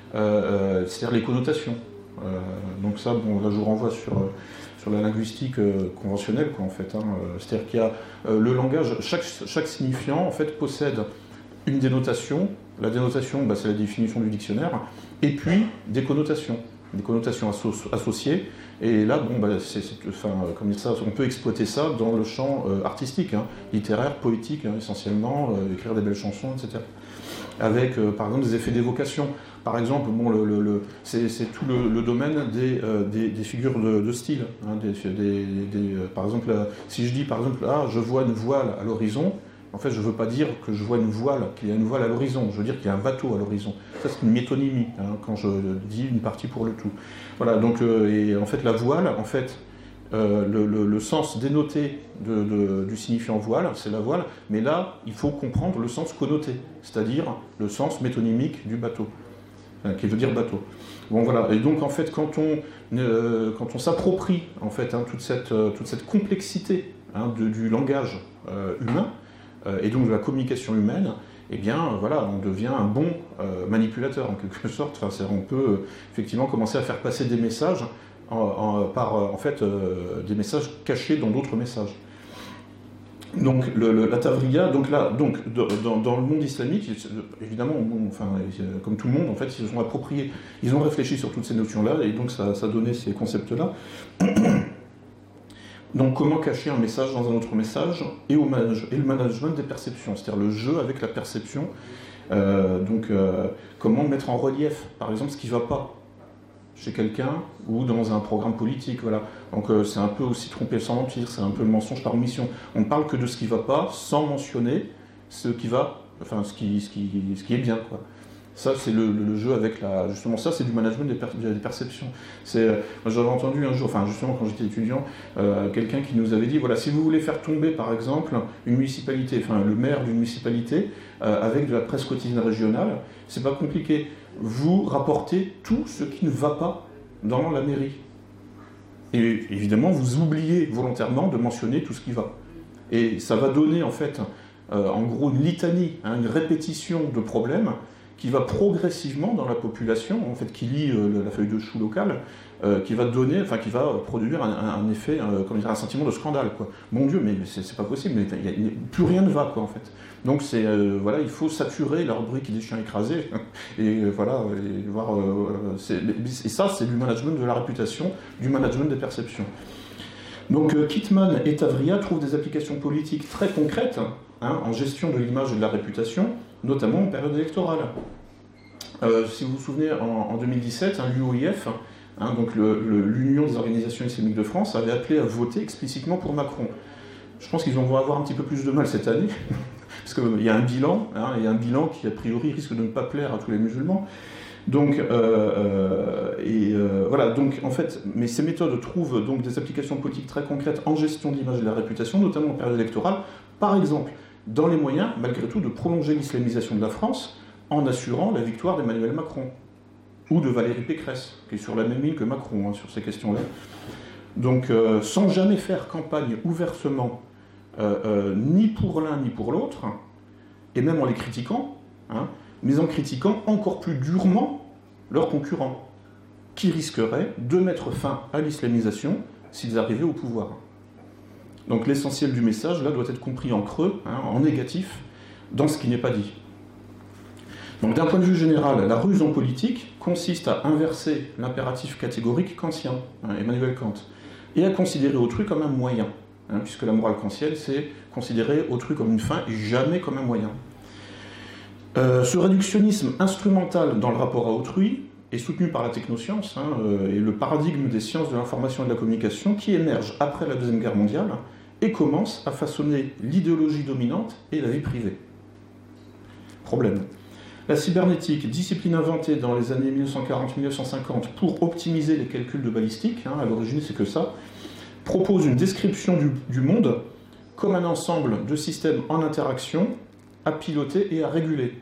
Euh, c'est-à-dire les connotations. Euh, donc ça, bon, là je vous renvoie sur, sur la linguistique euh, conventionnelle, quoi, en fait. Hein. C'est-à-dire qu'il y a euh, le langage, chaque, chaque signifiant, en fait, possède une dénotation. La dénotation, bah, c'est la définition du dictionnaire, et puis des connotations, des connotations asso associées. Et là, bon, bah, c'est, c'est, enfin, comme ça, on peut exploiter ça dans le champ euh, artistique, hein, littéraire, poétique, hein, essentiellement, euh, écrire des belles chansons, et cetera. Avec, euh, par exemple, des effets d'évocation. Par exemple, bon, le, le, le, c'est, c'est tout le, le domaine des, euh, des, des figures de, de style. Hein, des, des, des, euh, par exemple, euh, si je dis, par exemple, ah, je vois une voile à l'horizon, en fait, je ne veux pas dire que je vois une voile, qu'il y a une voile à l'horizon. Je veux dire qu'il y a un bateau à l'horizon. Ça, c'est une métonymie, hein, quand je dis une partie pour le tout. Voilà, donc, euh, et en fait, la voile, en fait, Euh, le, le, le sens dénoté de, de, du signifiant voile, c'est la voile, mais là, il faut comprendre le sens connoté, c'est-à-dire le sens métonymique du bateau, hein, qui veut dire bateau. Bon, voilà. Et donc, en fait, quand on, euh, quand on s'approprie, en fait, hein, toute, cette, euh, toute cette complexité, hein, de, du langage euh, humain, euh, et donc de la communication humaine, eh bien, euh, voilà, on devient un bon euh, manipulateur, en quelque sorte. Enfin, c'est, on peut euh, effectivement commencer à faire passer des messages En, en, par en fait euh, des messages cachés dans d'autres messages. Donc le, le, la tavriya, donc là, donc dans, dans le monde islamique, évidemment, bon, enfin, comme tout le monde, en fait, ils ont approprié, ils ont réfléchi sur toutes ces notions-là, et donc ça, ça donnait ces concepts-là. Donc comment cacher un message dans un autre message, et, au manage, et le management des perceptions, c'est-à-dire le jeu avec la perception. Euh, donc euh, comment mettre en relief, par exemple, ce qui ne va pas chez quelqu'un ou dans un programme politique, voilà. Donc euh, c'est un peu aussi tromper sans mentir, c'est un peu le mensonge par omission. On ne parle que de ce qui ne va pas, sans mentionner ce qui va, enfin ce qui, ce qui, ce qui est bien, quoi. Ça, c'est le, le, le jeu avec la... Justement, ça, c'est du management des, per, des perceptions. C'est, euh, j'avais entendu un jour, enfin justement quand j'étais étudiant, euh, quelqu'un qui nous avait dit, voilà, si vous voulez faire tomber, par exemple, une municipalité, enfin le maire d'une municipalité, euh, avec de la presse quotidienne régionale, c'est pas compliqué. Vous rapportez tout ce qui ne va pas dans la mairie. Et évidemment, vous oubliez volontairement de mentionner tout ce qui va. Et ça va donner, en fait, euh, en gros, une litanie, hein, une répétition de problèmes qui va progressivement dans la population, en fait, qui lit euh, la feuille de chou locale, euh, qui va donner, enfin, qui va produire un, un, un effet, euh, comment dire, un sentiment de scandale, quoi. Mon Dieu, mais c'est, c'est pas possible, mais y a, y a, plus rien ne va, quoi, en fait. Donc c'est, euh, voilà, il faut saturer la rubrique des chiens écrasés, et euh, voilà, et voir, euh, c'est, et ça, c'est du management de la réputation, du management des perceptions. Donc euh, Kitman et Tavriya trouvent des applications politiques très concrètes, hein, en gestion de l'image et de la réputation, notamment en période électorale. Euh, si vous vous souvenez, en, en deux mille dix-sept, hein, l'U O I F, hein, donc le, le, l'Union des organisations islamiques de France, avait appelé à voter explicitement pour Macron. Je pense qu'ils vont avoir un petit peu plus de mal cette année, parce qu'il y a un bilan, hein, et un bilan qui a priori risque de ne pas plaire à tous les musulmans. Donc, euh, euh, et euh, voilà, donc en fait, mais ces méthodes trouvent donc des applications politiques très concrètes en gestion de l'image et de la réputation, notamment en période électorale, par exemple, dans les moyens, malgré tout, de prolonger l'islamisation de la France en assurant la victoire d'Emmanuel Macron, ou de Valérie Pécresse, qui est sur la même ligne que Macron, hein, sur ces questions-là. Donc, euh, sans jamais faire campagne ouvertement, euh, euh, ni pour l'un ni pour l'autre, et même en les critiquant, hein, mais en critiquant encore plus durement leurs concurrents. qui risqueraient de mettre fin à l'islamisation s'ils arrivaient au pouvoir. Donc l'essentiel du message, là, doit être compris en creux, hein, en négatif, dans ce qui n'est pas dit. Donc d'un point de vue général, la ruse en politique consiste à inverser l'impératif catégorique kantien, hein, Emmanuel Kant, et à considérer autrui comme un moyen, hein, puisque la morale kantienne, c'est considérer autrui comme une fin et jamais comme un moyen. Euh, ce réductionnisme instrumental dans le rapport à autrui est soutenu par la technoscience, hein, euh, et le paradigme des sciences de l'information et de la communication qui émerge après la Deuxième Guerre mondiale et commence à façonner l'idéologie dominante et la vie privée. Problème. La cybernétique, discipline inventée dans les années mille neuf cent quarante à mille neuf cent cinquante pour optimiser les calculs de balistique, hein, à l'origine c'est que ça, propose une description du, du monde comme un ensemble de systèmes en interaction à piloter et à réguler,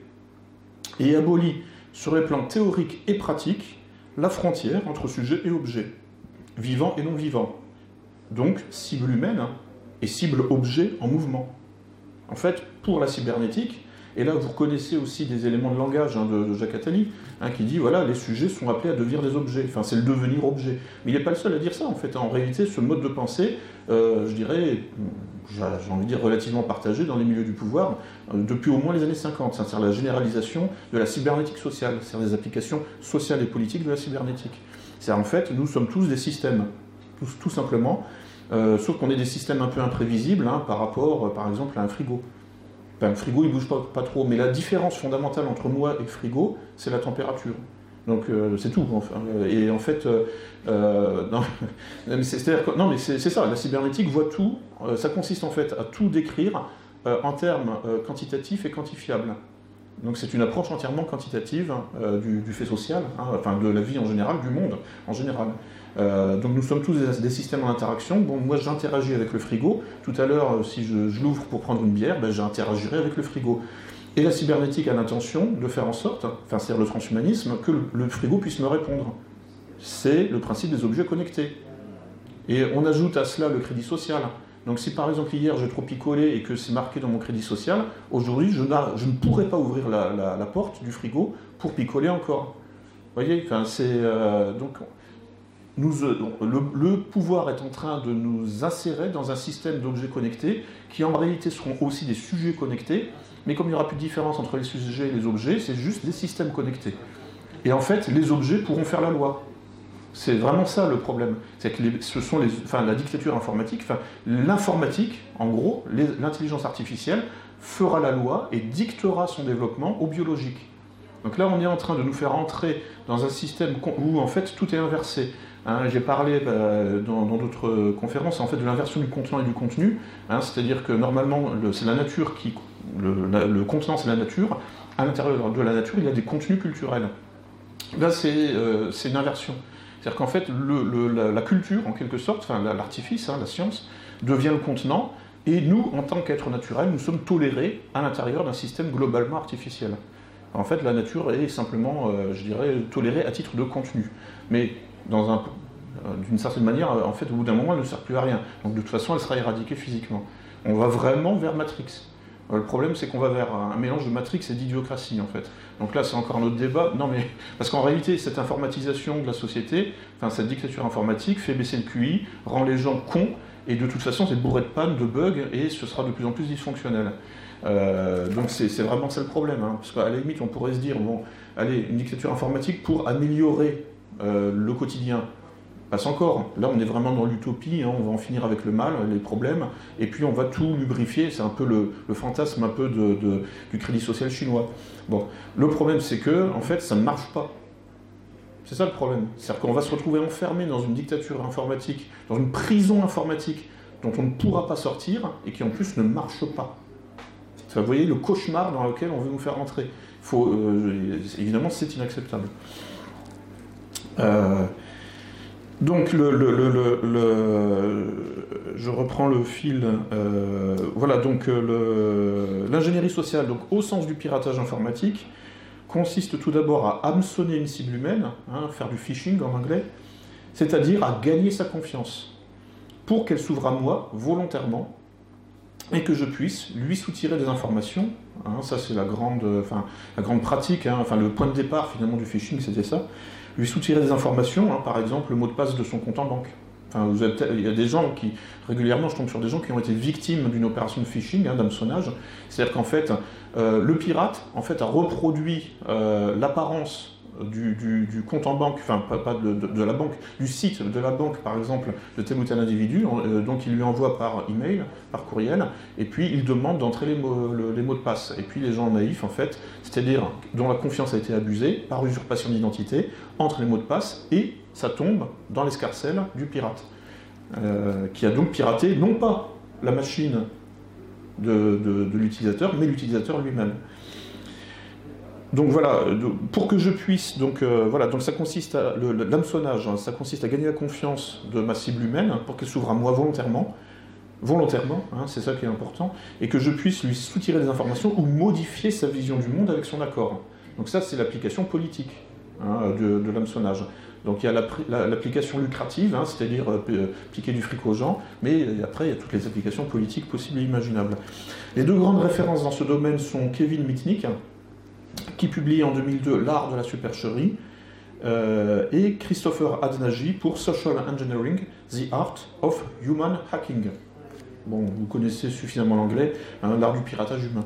et abolit sur les plans théoriques et pratiques la frontière entre sujet et objet, vivant et non vivant, donc cible humaine et cible objet en mouvement. En fait, pour la cybernétique, et là vous reconnaissez aussi des éléments de langage hein, de, de Jacques Attali, hein, qui dit voilà, les sujets sont appelés à devenir des objets, enfin c'est le devenir objet. Mais il n'est pas le seul à dire ça en fait, en réalité ce mode de pensée, euh, je dirais, j'ai envie de dire relativement partagé dans les milieux du pouvoir, euh, depuis au moins les années cinquante, c'est-à-dire la généralisation de la cybernétique sociale, c'est-à-dire des applications sociales et politiques de la cybernétique. C'est-à-dire en fait, nous sommes tous des systèmes, tous, tout simplement, euh, sauf qu'on est des systèmes un peu imprévisibles hein, par rapport, euh, par exemple, à un frigo. Enfin, le frigo, il ne bouge pas, pas trop, mais la différence fondamentale entre moi et le frigo, c'est la température. Donc euh, c'est tout. Enfin, et en fait, euh, euh, non, mais c'est, c'est-à-dire, non, mais c'est, c'est ça. La cybernétique voit tout. Euh, ça consiste en fait à tout décrire euh, en termes euh, quantitatifs et quantifiables. Donc c'est une approche entièrement quantitative euh, du, du fait social, hein, enfin de la vie en général, du monde en général. Euh, donc nous sommes tous des, des systèmes en interaction. Bon, moi j'interagis avec le frigo. Tout à l'heure, si je, je l'ouvre pour prendre une bière, ben, j'interagirai avec le frigo. Et la cybernétique a l'intention de faire en sorte, enfin c'est-à-dire le transhumanisme, que le, le frigo puisse me répondre. C'est le principe des objets connectés. Et on ajoute à cela le crédit social. Donc si par exemple hier j'ai trop picolé et que c'est marqué dans mon crédit social, aujourd'hui je, je ne pourrais pas ouvrir la, la, la porte du frigo pour picoler encore. Vous voyez, enfin, c'est, euh, donc, nous, euh, le, le pouvoir est en train de nous insérer dans un système d'objets connectés qui en réalité seront aussi des sujets connectés, mais comme il n'y aura plus de différence entre les sujets et les objets, c'est juste des systèmes connectés. Et en fait, les objets pourront faire la loi. C'est vraiment ça le problème. C'est que les, ce sont les, enfin, la dictature informatique, enfin, l'informatique, en gros, les, l'intelligence artificielle, fera la loi et dictera son développement au biologique. Donc là, on est en train de nous faire entrer dans un système où, en fait, tout est inversé. Hein, j'ai parlé bah, dans, dans d'autres conférences en fait, de l'inversion du contenant et du contenu, hein, c'est-à-dire que normalement, le, c'est la nature qui... Le, la, le contenant, c'est la nature. À l'intérieur de la nature, il y a des contenus culturels. Là, c'est, euh, c'est une inversion. C'est-à-dire qu'en fait, le, le, la, la culture, en quelque sorte, enfin l'artifice, hein, la science, devient le contenant, et nous, en tant qu'êtres naturels, nous sommes tolérés à l'intérieur d'un système globalement artificiel. En fait, la nature est simplement, euh, je dirais, tolérée à titre de contenu. Mais dans un, euh, d'une certaine manière, en fait, au bout d'un moment, elle ne sert plus à rien. Donc de toute façon, elle sera éradiquée physiquement. On va vraiment vers Matrix. Euh, le problème, c'est qu'on va vers un mélange de Matrix et d'idiocratie, en fait. Donc là, c'est encore un autre débat. Non, mais parce qu'en réalité, cette informatisation de la société, enfin cette dictature informatique, fait baisser le Q I, rend les gens cons, et de toute façon, c'est bourré de pannes, de bugs, et ce sera de plus en plus dysfonctionnel. Euh, donc c'est, c'est vraiment ça le problème, hein, parce qu'à la limite, on pourrait se dire, bon, allez, une dictature informatique pour améliorer euh, le quotidien. Passe encore. Là, on est vraiment dans l'utopie, hein, on va en finir avec le mal, les problèmes, et puis on va tout lubrifier. C'est un peu le, le fantasme un peu de, de, du crédit social chinois. Bon, le problème, c'est que, en fait, ça ne marche pas. C'est ça le problème. C'est-à-dire qu'on va se retrouver enfermé dans une dictature informatique, dans une prison informatique dont on ne pourra pas sortir et qui en plus ne marche pas. Ça, vous voyez le cauchemar dans lequel on veut nous faire entrer. Faut, euh, évidemment, c'est inacceptable. Euh, donc, le, le, le, le, le, je reprends le fil. Euh, voilà, donc le, l'ingénierie sociale, donc, au sens du piratage informatique, consiste tout d'abord à hameçonner une cible humaine, hein, faire du phishing en anglais, c'est-à-dire à gagner sa confiance, pour qu'elle s'ouvre à moi volontairement, et que je puisse lui soutirer des informations. Hein, ça c'est la grande, enfin, la grande pratique, hein, enfin le point de départ finalement du phishing, c'était ça. Lui soutirer des informations, hein, par exemple le mot de passe de son compte en banque. Enfin, vous avez, il y a des gens qui, régulièrement je tombe sur des gens qui ont été victimes d'une opération de phishing, hein, d'hameçonnage. C'est-à-dire qu'en fait, euh, le pirate en fait, a reproduit euh, l'apparence Du, du, du compte en banque, enfin pas, pas de, de, de la banque, du site de la banque par exemple de tel ou tel individu, euh, donc il lui envoie par email, par courriel, et puis il demande d'entrer les mots, le, les mots de passe. Et puis les gens naïfs en fait, c'est-à-dire dont la confiance a été abusée par usurpation d'identité, entrent les mots de passe et ça tombe dans l'escarcelle du pirate, euh, qui a donc piraté non pas la machine de, de, de l'utilisateur, mais l'utilisateur lui-même. Donc voilà, pour que je puisse, donc euh, voilà, donc ça consiste à, le, l'hameçonnage, hein, ça consiste à gagner la confiance de ma cible humaine, hein, pour qu'elle s'ouvre à moi volontairement, volontairement, hein, c'est ça qui est important, et que je puisse lui soutirer des informations ou modifier sa vision du monde avec son accord. Donc ça, c'est l'application politique, hein, de, de l'hameçonnage. Donc il y a la, la, l'application lucrative, hein, c'est-à-dire euh, piquer du fric aux gens, mais après il y a toutes les applications politiques possibles et imaginables. Les deux grandes références dans ce domaine sont Kevin Mitnick, qui publie en deux mille deux L'art de la supercherie, euh, et Christopher Adnagi pour Social Engineering, The Art of Human Hacking. Bon, vous connaissez suffisamment l'anglais, hein, l'art du piratage humain.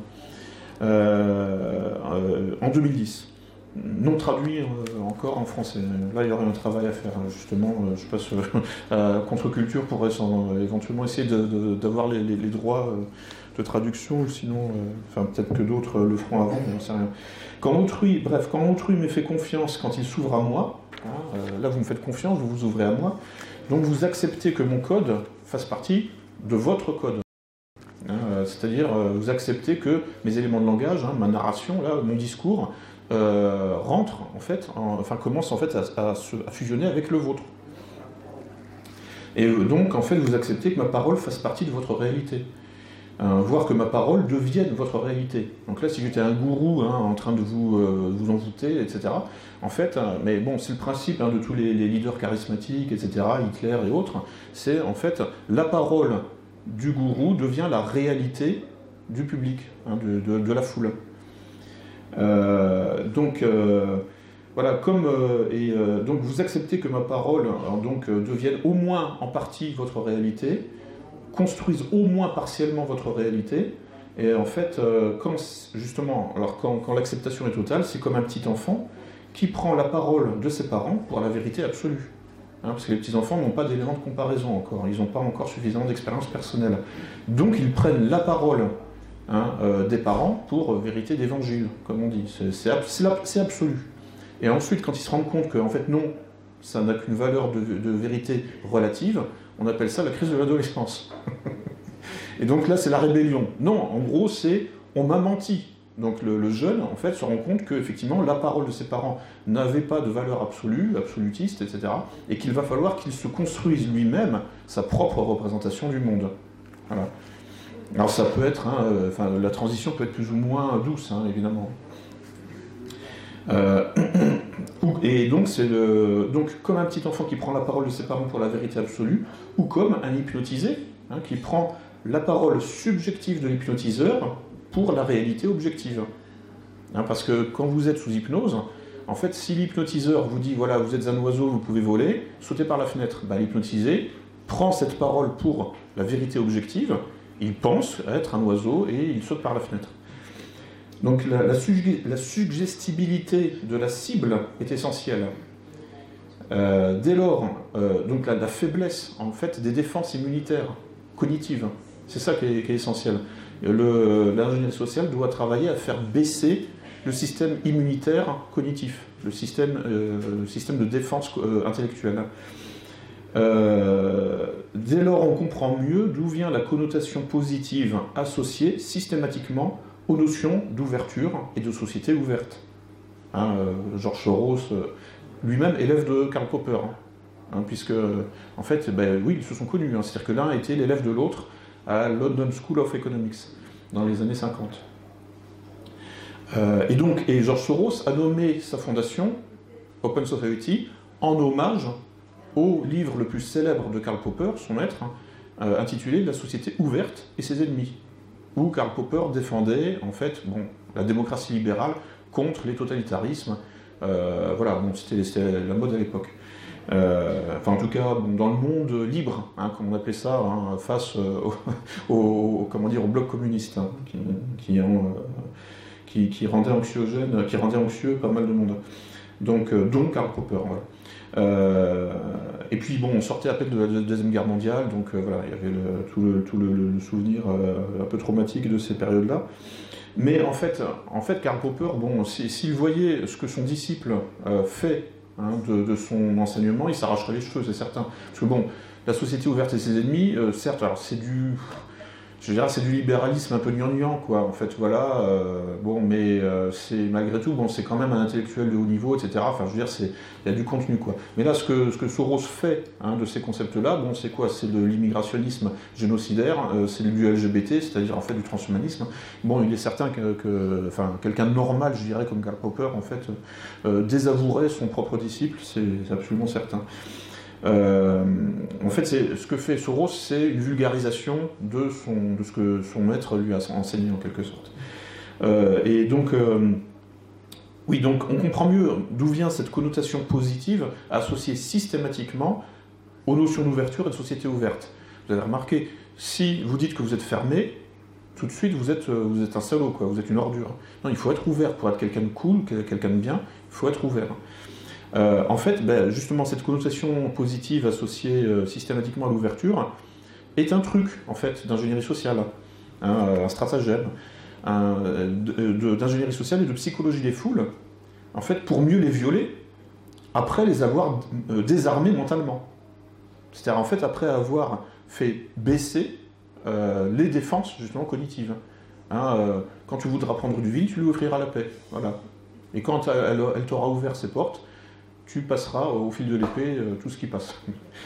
Euh, euh, en deux mille dix. Non traduit euh, encore en français. Là, il y aurait un travail à faire, justement. Euh, je passe euh, à Contre-Culture pour euh, éventuellement essayer de, de, d'avoir les, les, les droits euh, de traduction, ou sinon, euh, enfin, peut-être que d'autres le feront avant, mais j'en sais rien. Quand autrui, bref, quand autrui me fait confiance, quand il s'ouvre à moi, hein, euh, là vous me faites confiance, vous vous ouvrez à moi, donc vous acceptez que mon code fasse partie de votre code. Hein, euh, c'est-à-dire, euh, vous acceptez que mes éléments de langage, hein, ma narration, là, mon discours, euh, rentre, en fait, en, enfin commence en fait à, à, se, à fusionner avec le vôtre. Et euh, donc, en fait, vous acceptez que ma parole fasse partie de votre réalité. Euh, voire que ma parole devienne votre réalité. Donc là, si j'étais un gourou, hein, en train de vous, euh, vous envoûter, et cetera, en fait, hein, mais bon, c'est le principe, hein, de tous les, les leaders charismatiques, et cetera, Hitler et autres, c'est en fait, la parole du gourou devient la réalité du public, hein, de, de, de la foule. Euh, donc, euh, voilà, comme, euh, et euh, donc vous acceptez que ma parole hein, donc, euh, devienne au moins en partie votre réalité, construisent au moins partiellement votre réalité, et en fait, euh, quand, justement, alors quand, quand l'acceptation est totale, c'est comme un petit enfant qui prend la parole de ses parents pour la vérité absolue. Hein, parce que les petits-enfants n'ont pas d'éléments de comparaison encore, ils n'ont pas encore suffisamment d'expérience personnelle. Donc ils prennent la parole hein, euh, des parents pour euh, vérité d'évangile, comme on dit, c'est, c'est, c'est, c'est absolu. Et ensuite, quand ils se rendent compte que, en fait, non, ça n'a qu'une valeur de, de vérité relative, on appelle ça la crise de l'adolescence. Et donc là, c'est la rébellion. Non, en gros, c'est on m'a menti. Donc le, le jeune, en fait, se rend compte qu'effectivement, la parole de ses parents n'avait pas de valeur absolue, absolutiste, et cetera, et qu'il va falloir qu'il se construise lui-même sa propre représentation du monde. Voilà. Alors ça peut être, hein, euh, enfin, la transition peut être plus ou moins douce, hein, évidemment. Euh, et donc, c'est le, donc, comme un petit enfant qui prend la parole de ses parents pour la vérité absolue, ou comme un hypnotisé hein, qui prend la parole subjective de l'hypnotiseur pour la réalité objective. Hein, parce que quand vous êtes sous hypnose, en fait, si l'hypnotiseur vous dit, voilà, vous êtes un oiseau, vous pouvez voler, sautez par la fenêtre, ben, l'hypnotisé prend cette parole pour la vérité objective, il pense être un oiseau et il saute par la fenêtre. Donc la, la, sugge- la suggestibilité de la cible est essentielle. Euh, dès lors, euh, donc la, la faiblesse en fait des défenses immunitaires cognitives, c'est ça qui est, qui est essentiel. Le, l'ingénieur social doit travailler à faire baisser le système immunitaire cognitif, le système, euh, le système de défense euh, intellectuelle. Euh, dès lors, on comprend mieux d'où vient la connotation positive associée systématiquement aux notions d'ouverture et de société ouverte. Hein, euh, George Soros, euh, lui-même élève de Karl Popper, hein, hein, puisque, en fait, ben, oui, ils se sont connus, hein, c'est-à-dire que l'un était l'élève de l'autre à London School of Economics, dans les années cinquante. Euh, et donc, et George Soros a nommé sa fondation, Open Society, en hommage au livre le plus célèbre de Karl Popper, son maître, hein, euh, intitulé « La société ouverte et ses ennemis ». où Karl Popper défendait en fait bon, la démocratie libérale contre les totalitarismes. Euh, voilà, bon, c'était, c'était la mode à l'époque. Euh, enfin, en tout cas, bon, dans le monde libre, hein, comme on appelait ça, hein, face euh, au, au, comment dire, au bloc communiste, hein, qui, qui, ont, euh, qui, qui rendait anxiogène, qui rendait anxieux pas mal de monde. Donc, euh, donc Karl Popper. Voilà. Euh, et puis bon, on sortait à peine de la Deuxième Guerre mondiale, donc euh, voilà, il y avait le, tout, le, tout le, le souvenir euh, un peu traumatique de ces périodes-là. Mais en fait, en fait Karl Popper, bon, s'il voyait ce que son disciple euh, fait hein, de, de son enseignement, il s'arracherait les cheveux, c'est certain. Parce que bon, la société ouverte et ses ennemis, euh, certes, alors c'est du... Je dirais c'est du libéralisme un peu gnangnan, quoi, en fait, voilà, euh, bon, mais euh, c'est, malgré tout, bon, c'est quand même un intellectuel de haut niveau, et cetera, enfin, je veux dire, c'est, il y a du contenu, quoi. Mais là, ce que, ce que Soros fait, hein, de ces concepts-là, bon, c'est quoi? C'est de l'immigrationnisme génocidaire, euh, c'est du L G B T, c'est-à-dire, en fait, du transhumanisme. Bon, il est certain que, que enfin, quelqu'un de normal, je dirais, comme Karl Popper, en fait, euh, désavouerait son propre disciple, c'est, c'est absolument certain. Euh, en fait, c'est, ce que fait Soros, c'est une vulgarisation de, son, de ce que son maître lui a enseigné en quelque sorte. Euh, et donc, euh, oui, donc on comprend mieux d'où vient cette connotation positive associée systématiquement aux notions d'ouverture et de société ouverte. Vous avez remarqué, si vous dites que vous êtes fermé, tout de suite vous êtes, vous êtes un salaud, quoi, vous êtes une ordure. Non, il faut être ouvert pour être quelqu'un de cool, quelqu'un de bien, il faut être ouvert. Euh, en fait, ben, justement, cette connotation positive associée euh, systématiquement à l'ouverture est un truc, en fait, d'ingénierie sociale, hein, un stratagème un, de, de, d'ingénierie sociale et de psychologie des foules, en fait, pour mieux les violer, après les avoir euh, désarmés mentalement. C'est-à-dire, en fait, après avoir fait baisser euh, les défenses, justement, cognitives. Hein, euh, quand tu voudras prendre du vide, tu lui offriras la paix. Voilà. Et quand elle, elle, elle t'aura ouvert ses portes, tu passeras au fil de l'épée euh, tout ce qui passe.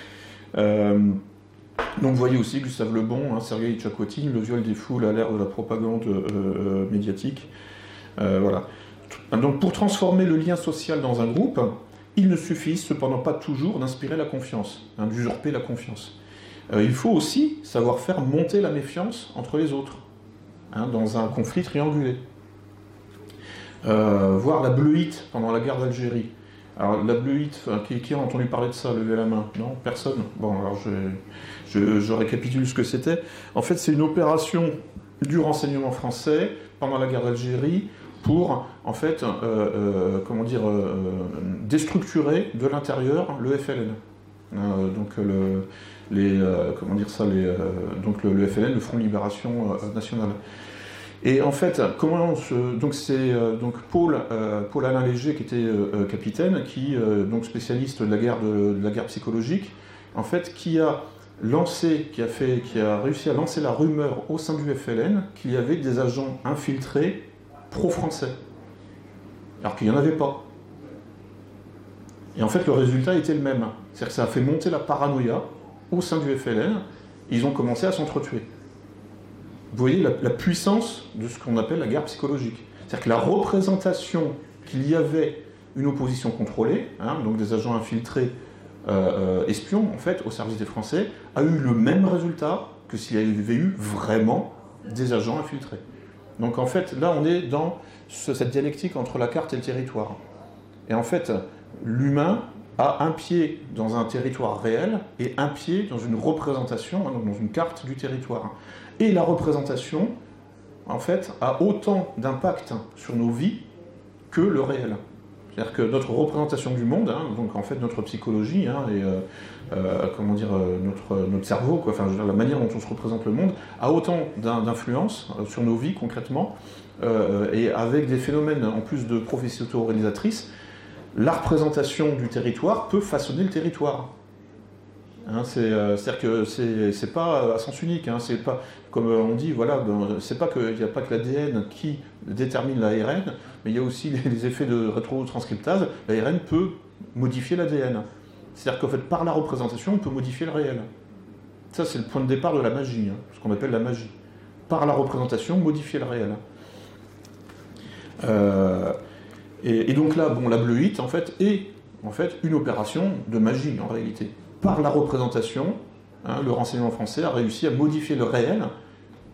Euh, donc vous voyez aussi Gustave Le Bon, hein, Sergueï Tchakotine, le viol des foules à l'ère de la propagande euh, médiatique. Euh, voilà. Donc pour transformer le lien social dans un groupe, il ne suffit cependant pas toujours d'inspirer la confiance, hein, d'usurper la confiance. Euh, il faut aussi savoir faire monter la méfiance entre les autres, hein, dans un conflit triangulé. Euh, voir la bleuite pendant la guerre d'Algérie. Alors, la bleuite, qui, qui a entendu parler de ça, levez la main? Non, personne? Bon, alors je, je, je récapitule ce que c'était. En fait, c'est une opération du renseignement français pendant la guerre d'Algérie pour, en fait, euh, euh, comment dire, euh, déstructurer de l'intérieur le F L N. Euh, donc, le, les, euh, comment dire ça, les, euh, donc le, le F L N, le Front de Libération euh, Nationale. Et en fait, comment se, donc c'est euh, donc Paul, euh, Paul Alain Léger qui était euh, capitaine, qui euh, donc spécialiste de la guerre de, de la guerre psychologique, en fait, qui a lancé, qui a fait, qui a réussi à lancer la rumeur au sein du F L N qu'il y avait des agents infiltrés pro-français, alors qu'il n'y en avait pas. Et en fait, le résultat était le même, c'est-à-dire que ça a fait monter la paranoïa au sein du F L N. Ils ont commencé à s'entretuer. Vous voyez la, la puissance de ce qu'on appelle la guerre psychologique. C'est-à-dire que la représentation qu'il y avait une opposition contrôlée, hein, donc des agents infiltrés euh, euh, espions, en fait, au service des Français, a eu le même résultat que s'il y avait eu vraiment des agents infiltrés. Donc en fait, là, on est dans ce, cette dialectique entre la carte et le territoire. Et en fait, l'humain a un pied dans un territoire réel et un pied dans une représentation, hein, dans une carte du territoire. Et la représentation, en fait, a autant d'impact sur nos vies que le réel. C'est-à-dire que notre représentation du monde, hein, donc en fait notre psychologie, hein, et euh, euh, comment dire, notre, notre cerveau, quoi, enfin, je veux dire, la manière dont on se représente le monde, a autant d'influence sur nos vies concrètement, euh, et avec des phénomènes en plus de prophéties auto-réalisatrices, la représentation du territoire peut façonner le territoire. Hein, c'est, euh, c'est-à-dire que c'est, c'est pas à sens unique, hein, c'est pas, comme on dit, voilà, c'est pas qu'il n'y a pas que l'A D N qui détermine l'A R N, mais il y a aussi les, les effets de rétrotranscriptase. L'A R N peut modifier l'A D N. C'est-à-dire qu'en fait, par la représentation, on peut modifier le réel. Ça, c'est le point de départ de la magie, hein, ce qu'on appelle la magie. Par la représentation, modifier le réel. Euh, et, et donc là, bon, la bleuite, en fait, est en fait, une opération de magie, en réalité. Par la représentation, hein, le renseignement français a réussi à modifier le réel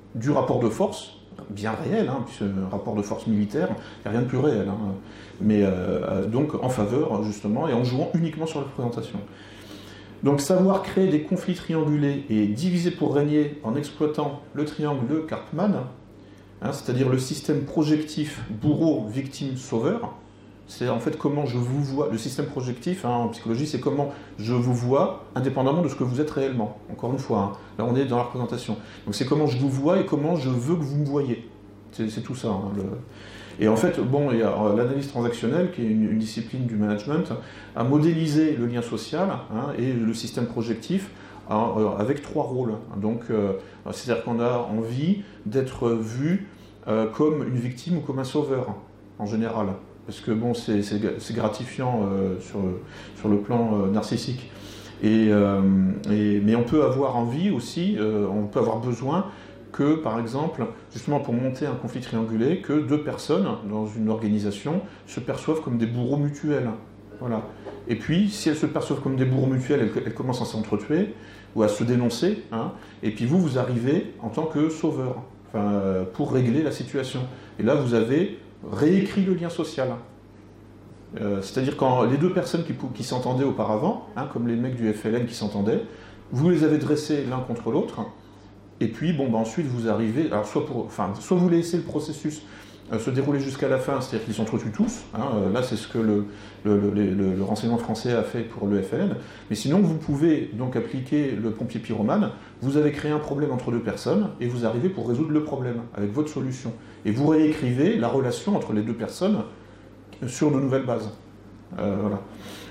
du rapport de force, bien réel, hein, puisque un rapport de force militaire, il n'y a rien de plus réel, hein, mais euh, donc en faveur, justement, et en jouant uniquement sur la représentation. Donc savoir créer des conflits triangulés et diviser pour régner en exploitant le triangle de Karpman, hein, c'est-à-dire le système projectif bourreau, victime, sauveur, c'est en fait comment je vous vois, le système projectif hein, en psychologie, c'est comment je vous vois indépendamment de ce que vous êtes réellement. Encore une fois, hein, là on est dans la représentation. Donc c'est comment je vous vois et comment je veux que vous me voyez. C'est tout ça. Hein, le... Et en fait, bon, il y a l'analyse transactionnelle, qui est une, une discipline du management, a modélisé le lien social hein, et le système projectif hein, euh, avec trois rôles. Donc, euh, c'est-à-dire qu'on a envie d'être vu euh, comme une victime ou comme un sauveur, en général. Parce que bon, c'est gratifiant euh, sur, sur le plan euh, narcissique. Et, euh, et, mais on peut avoir envie aussi, euh, on peut avoir besoin que, par exemple, justement pour monter un conflit triangulé, que deux personnes dans une organisation se perçoivent comme des bourreaux mutuels. Voilà. Et puis, si elles se perçoivent comme des bourreaux mutuels, elles, elles commencent à s'entretuer ou à se dénoncer. Hein, et puis vous, vous arrivez en tant que sauveur, enfin, euh, pour régler la situation. Et là, vous avez réécrit le lien social. Euh, C'est-à-dire quand les deux personnes qui, qui s'entendaient auparavant, hein, comme les mecs du F L N qui s'entendaient, vous les avez dressés l'un contre l'autre, et puis bon, bah, ensuite vous arrivez, alors soit, pour, enfin, soit vous laissez le processus euh, se dérouler jusqu'à la fin, c'est-à-dire qu'ils s'entretuent tous, hein, euh, là c'est ce que le, le, le, le, le renseignement français a fait pour le F L N, mais sinon vous pouvez donc appliquer le pompier pyromane, vous avez créé un problème entre deux personnes, et vous arrivez pour résoudre le problème avec votre solution. Et vous réécrivez la relation entre les deux personnes sur de nouvelles bases. Euh, voilà.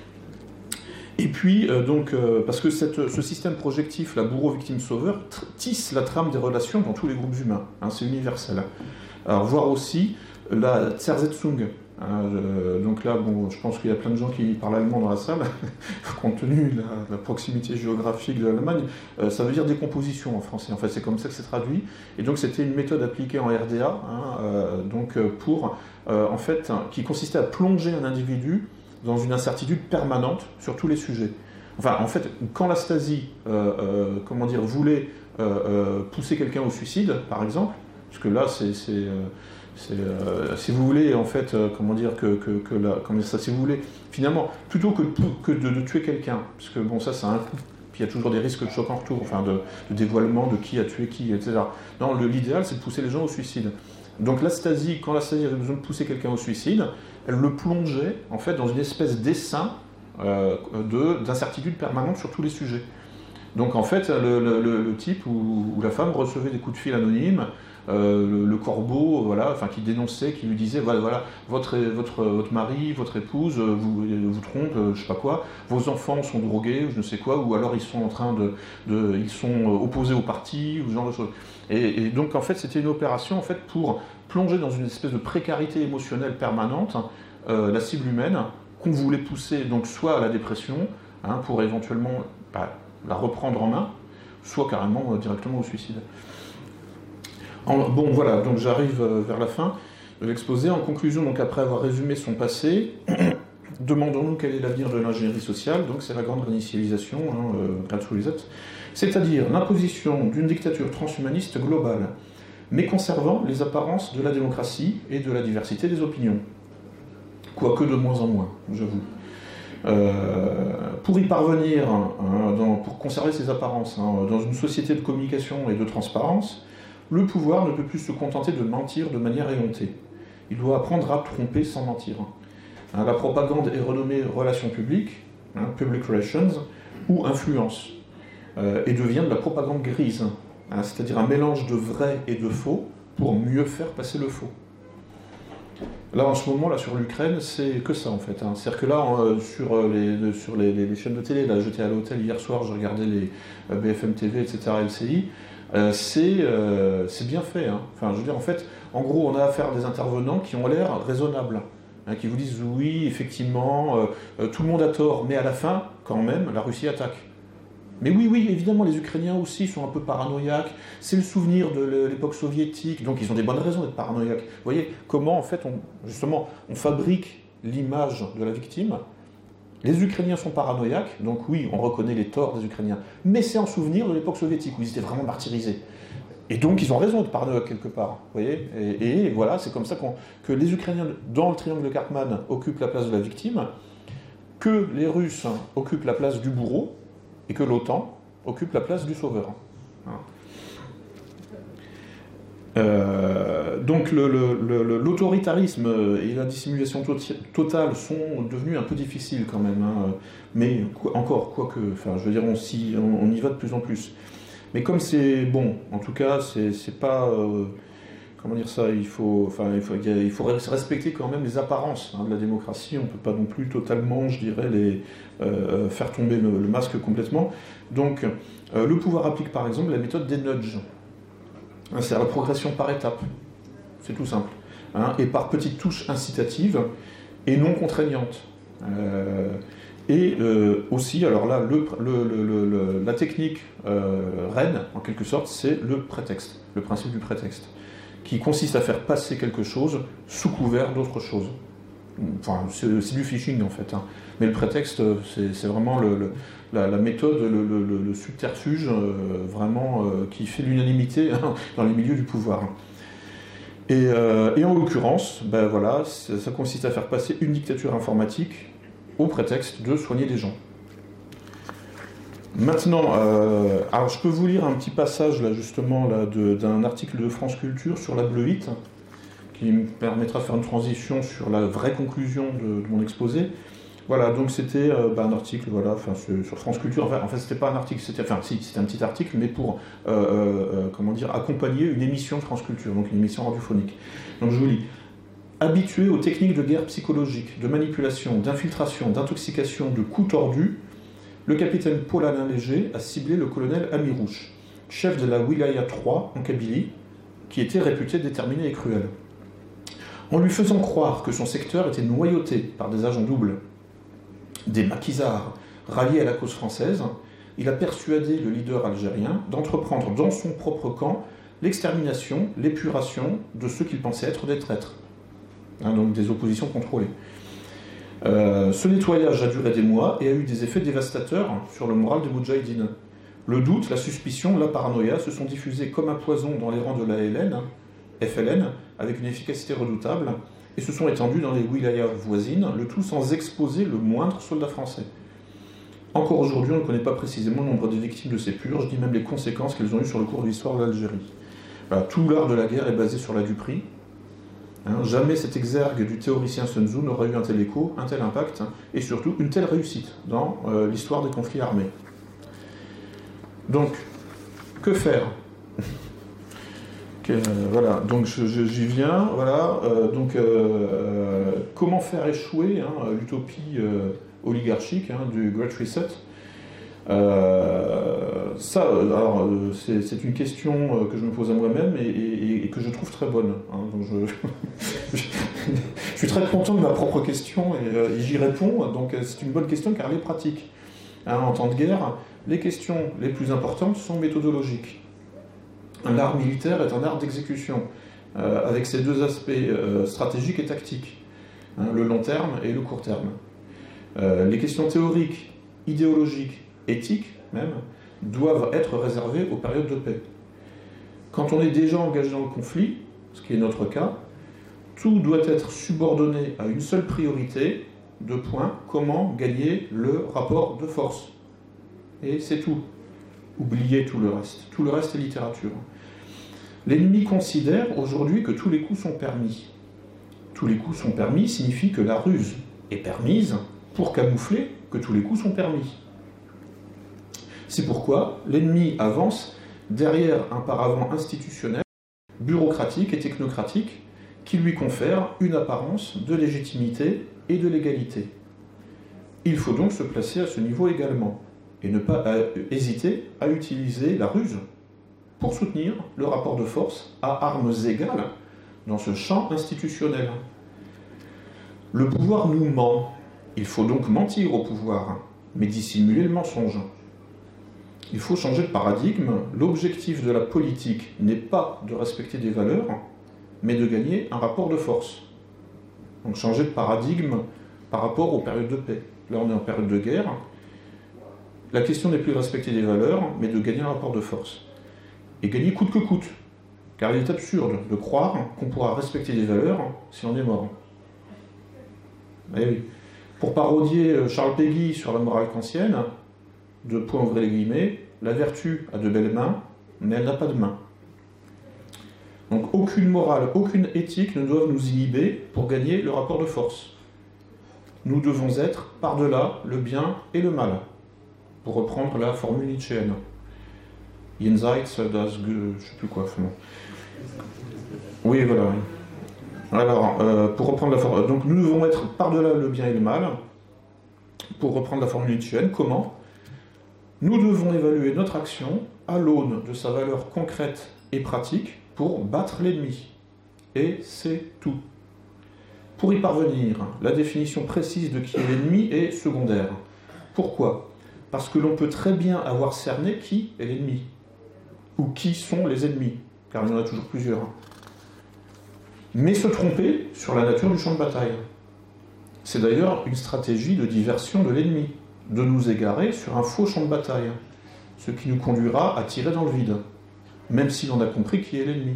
Et puis, euh, donc, euh, parce que cette, ce système projectif, la bourreau-victime-sauveur, tisse la trame des relations dans tous les groupes humains. Hein, c'est universel. Alors, voir aussi la Zersetzung. Hein, euh, donc là, bon, je pense qu'il y a plein de gens qui parlent allemand dans la salle, compte tenu de la, de la proximité géographique de l'Allemagne. Euh, ça veut dire décomposition en français. En fait, c'est comme ça que c'est traduit. Et donc, c'était une méthode appliquée en R D A, hein, euh, donc pour, euh, en fait, qui consistait à plonger un individu dans une incertitude permanente sur tous les sujets. Enfin, en fait, quand la Stasi, euh, euh, comment dire, voulait euh, euh, pousser quelqu'un au suicide, par exemple, parce que là, c'est, c'est, euh, c'est euh, si vous voulez, en fait, euh, comment dire, que, que, que la, comment dire ça, si vous voulez, finalement, plutôt que, que de, de tuer quelqu'un, parce que bon, ça, ça a un coût, puis il y a toujours des risques de choc en retour, enfin, de, de dévoilement de qui a tué qui, et cetera. Non, l'idéal, c'est de pousser les gens au suicide. Donc la Stasi, quand la Stasi avait besoin de pousser quelqu'un au suicide, elle le plongeait en fait dans une espèce d'essaim euh, d'incertitude permanente sur tous les sujets. Donc en fait, le, le, le type ou, ou la femme recevait des coups de fil anonymes, euh, le, le corbeau, voilà, enfin qui dénonçait, qui lui disait voilà, voilà votre, votre, votre mari, votre épouse vous, vous trompe, je sais pas quoi, vos enfants sont drogués, ou je ne sais quoi, ou alors ils sont en train de, de ils sont opposés au parti, ou ce genre de choses. Et, et donc en fait, c'était une opération en fait pour plonger dans une espèce de précarité émotionnelle permanente euh, la cible humaine qu'on voulait pousser donc soit à la dépression, hein, pour éventuellement bah, la reprendre en main, soit carrément euh, directement au suicide. En, bon voilà, donc j'arrive euh, vers la fin de l'exposé. En conclusion, donc après avoir résumé son passé, demandons-nous quel est l'avenir de l'ingénierie sociale. Donc c'est la grande réinitialisation, hein, euh, Great Reset, c'est-à-dire l'imposition d'une dictature transhumaniste globale, mais conservant les apparences de la démocratie et de la diversité des opinions. Quoique de moins en moins, j'avoue. Euh, pour y parvenir, hein, dans, pour conserver ces apparences, hein, dans une société de communication et de transparence, le pouvoir ne peut plus se contenter de mentir de manière éhontée. Il doit apprendre à tromper sans mentir. Hein, la propagande est renommée relations publiques, hein, public relations, ou influence, euh, et devient de la propagande grise, hein, c'est-à-dire un mélange de vrai et de faux pour mieux faire passer le faux. Là, en ce moment, là, sur l'Ukraine, c'est que ça, en fait. Hein. C'est-à-dire que là, euh, sur, les, sur les, les, les chaînes de télé, là, j'étais à l'hôtel hier soir, je regardais les euh, B F M T V, et cetera, L C I, euh, c'est euh, bien fait. Hein. Enfin, je veux dire, en fait, en gros, on a affaire à des intervenants qui ont l'air raisonnables, hein, qui vous disent, oui, effectivement, euh, euh, tout le monde a tort, mais à la fin, quand même, la Russie attaque. Mais oui, oui, évidemment, les Ukrainiens aussi sont un peu paranoïaques. C'est le souvenir de l'époque soviétique, donc ils ont des bonnes raisons d'être paranoïaques. Vous voyez comment, en fait, on, justement, on fabrique l'image de la victime. Les Ukrainiens sont paranoïaques, donc oui, on reconnaît les torts des Ukrainiens. Mais c'est en souvenir de l'époque soviétique, où ils étaient vraiment martyrisés. Et donc, ils ont raison de parler quelque part, vous voyez. Et, et voilà, c'est comme ça qu'on, que les Ukrainiens, dans le triangle de Karpman, occupent la place de la victime, que les Russes occupent la place du bourreau, et que l'OTAN occupe la place du sauveur. Euh, donc le, le, le, l'autoritarisme et la dissimulation totale sont devenus un peu difficiles quand même, hein. Mais quoi, encore, quoique, enfin, je veux dire, on, si, on, on y va de plus en plus. Mais comme c'est bon, en tout cas, c'est, c'est pas, euh, comment dire ça, il faut, enfin, il faut, il faut respecter quand même les apparences, hein, de la démocratie. On ne peut pas non plus totalement, je dirais, les, euh, faire tomber le, le masque complètement. Donc, euh, le pouvoir applique par exemple la méthode des nudges. C'est la progression par étapes, c'est tout simple, hein, et par petites touches incitatives et non contraignantes. Euh, et euh, aussi, alors là, le, le, le, le, la technique euh, reine, en quelque sorte, c'est le prétexte, le principe du prétexte, qui consiste à faire passer quelque chose sous couvert d'autre chose. Enfin, c'est, c'est du phishing en fait, hein. Mais le prétexte, c'est, c'est vraiment le, le, la, la méthode, le, le, le subterfuge euh, vraiment euh, qui fait l'unanimité, hein, dans les milieux du pouvoir. Et, euh, et en l'occurrence, ben voilà, ça consiste à faire passer une dictature informatique au prétexte de soigner des gens. Maintenant, euh, alors je peux vous lire un petit passage là justement là, de, d'un article de France Culture sur la bleuite, qui me permettra de faire une transition sur la vraie conclusion de, de mon exposé. Voilà, donc c'était euh, bah, un article, voilà, enfin, sur, sur France Culture. Enfin, en fait, c'était pas un article, c'était, enfin, si, c'était un petit article, mais pour, euh, euh, comment dire, accompagner une émission de France Culture, donc une émission radiophonique. Donc je vous lis. Habitué aux techniques de guerre psychologique, de manipulation, d'infiltration, d'intoxication, de coups tordus, le capitaine Paul-Alain Léger a ciblé le colonel Amirouche, chef de la Wilaya trois en Kabylie, qui était réputé déterminé et cruel. En lui faisant croire que son secteur était noyauté par des agents doubles, des maquisards ralliés à la cause française, il a persuadé le leader algérien d'entreprendre dans son propre camp l'extermination, l'épuration de ceux qu'il pensait être des traîtres, hein, donc des oppositions contrôlées. Euh, ce nettoyage a duré des mois et a eu des effets dévastateurs sur le moral des Moudjahidines. Le doute, la suspicion, la paranoïa se sont diffusés comme un poison dans les rangs de la L N, F L N, avec une efficacité redoutable, et se sont étendus dans les wilayas voisines, le tout sans exposer le moindre soldat français. Encore aujourd'hui, on ne connaît pas précisément le nombre de victimes de ces purges, ni même les conséquences qu'elles ont eues sur le cours de l'histoire de l'Algérie. Voilà, tout l'art de la guerre est basé sur la duperie. Hein, jamais cet exergue du théoricien Sun Tzu n'aurait eu un tel écho, un tel impact, hein, et surtout une telle réussite dans euh, l'histoire des conflits armés. Donc, que faire ? Euh, voilà, donc je, je, j'y viens. Voilà, euh, donc euh, euh, comment faire échouer, hein, l'utopie euh, oligarchique, hein, du Great Reset. Euh, ça, alors c'est, c'est une question que je me pose à moi-même et, et, et que je trouve très bonne. Hein, donc je, je, je suis très content de ma propre question et, euh, et j'y réponds. Donc c'est une bonne question car elle est pratique. Hein, en temps de guerre, les questions les plus importantes sont méthodologiques. L'art militaire est un art d'exécution, euh, avec ses deux aspects euh, stratégiques et tactiques, hein, le long terme et le court terme. Euh, les questions théoriques, idéologiques, éthiques même, doivent être réservées aux périodes de paix. Quand on est déjà engagé dans le conflit, ce qui est notre cas, tout doit être subordonné à une seule priorité, deux points, comment gagner le rapport de force. Et c'est tout. Oubliez tout le reste. Tout le reste est littérature. L'ennemi considère aujourd'hui que tous les coups sont permis. Tous les coups sont permis signifie que la ruse est permise pour camoufler que tous les coups sont permis. C'est pourquoi l'ennemi avance derrière un paravent institutionnel, bureaucratique et technocratique qui lui confère une apparence de légitimité et de légalité. Il faut donc se placer à ce niveau également et ne pas hésiter à utiliser la ruse pour soutenir le rapport de force à armes égales dans ce champ institutionnel. Le pouvoir nous ment. Il faut donc mentir au pouvoir, mais dissimuler le mensonge. Il faut changer de paradigme. L'objectif de la politique n'est pas de respecter des valeurs, mais de gagner un rapport de force. Donc changer de paradigme par rapport aux périodes de paix. Là, on est en période de guerre. La question n'est plus de respecter des valeurs, mais de gagner un rapport de force. et gagner coûte que coûte. Car il est absurde de croire qu'on pourra respecter des valeurs si on est mort. Eh oui. Pour parodier Charles Péguy sur la morale kantienne, deux points ouvrez les guillemets, la vertu a de belles mains, mais elle n'a pas de main. Donc aucune morale, aucune éthique ne doivent nous inhiber pour gagner le rapport de force. Nous devons être par-delà le bien et le mal, pour reprendre la formule nietzschéenne. Jenseits das Ge... je sais plus quoi, enfin, oui, voilà. Oui. Alors, euh, pour reprendre la formule, donc nous devons être par-delà le bien et le mal, pour reprendre la formule nietzschéenne. Comment ? Nous devons évaluer notre action à l'aune de sa valeur concrète et pratique pour battre l'ennemi. Et c'est tout. Pour y parvenir, la définition précise de qui est l'ennemi est secondaire. Pourquoi ? Parce que l'on peut très bien avoir cerné qui est l'ennemi, ou qui sont les ennemis, car il y en a toujours plusieurs. Mais se tromper sur la nature du champ de bataille. C'est d'ailleurs une stratégie de diversion de l'ennemi, de nous égarer sur un faux champ de bataille, ce qui nous conduira à tirer dans le vide, même si l'on a compris qui est l'ennemi.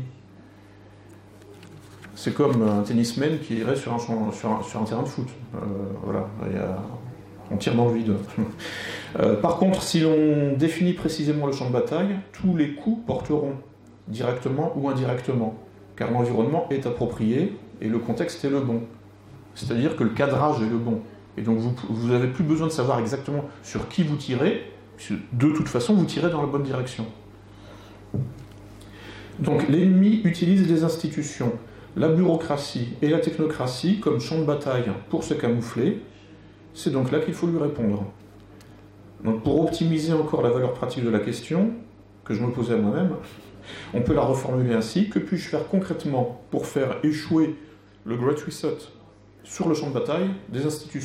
C'est comme un tennisman qui irait sur un, champ, sur un, sur un terrain de foot. Euh, voilà, il y a, on tire dans le vide. euh, par contre, si l'on définit précisément le champ de bataille, tous les coups porteront, directement ou indirectement, car l'environnement est approprié et le contexte est le bon. C'est-à-dire que le cadrage est le bon. Et donc vous n'avez plus besoin de savoir exactement sur qui vous tirez, puisque de toute façon vous tirez dans la bonne direction. Donc l'ennemi utilise les institutions, la bureaucratie et la technocratie comme champ de bataille pour se camoufler. C'est donc là qu'il faut lui répondre. Donc pour optimiser encore la valeur pratique de la question, que je me posais à moi-même, on peut la reformuler ainsi: que puis-je faire concrètement pour faire échouer le Great Reset sur le champ de bataille des institutions ?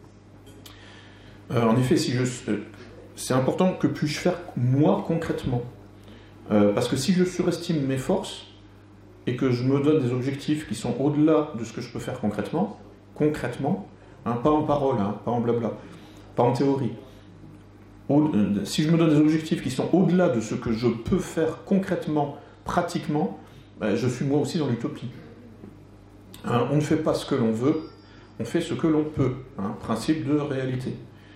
euh, En effet, si je, euh, c'est important que puis-je faire moi concrètement. Euh, parce que si je surestime mes forces et que je me donne des objectifs qui sont au-delà de ce que je peux faire concrètement, concrètement, hein, pas en parole, hein, pas en blabla, pas en théorie. Au, euh, si je me donne des objectifs qui sont au-delà de ce que je peux faire concrètement, pratiquement, ben, je suis moi aussi dans l'utopie. Hein, on ne fait pas ce que l'on veut, on fait ce que l'on peut. Hein, principe de réalité.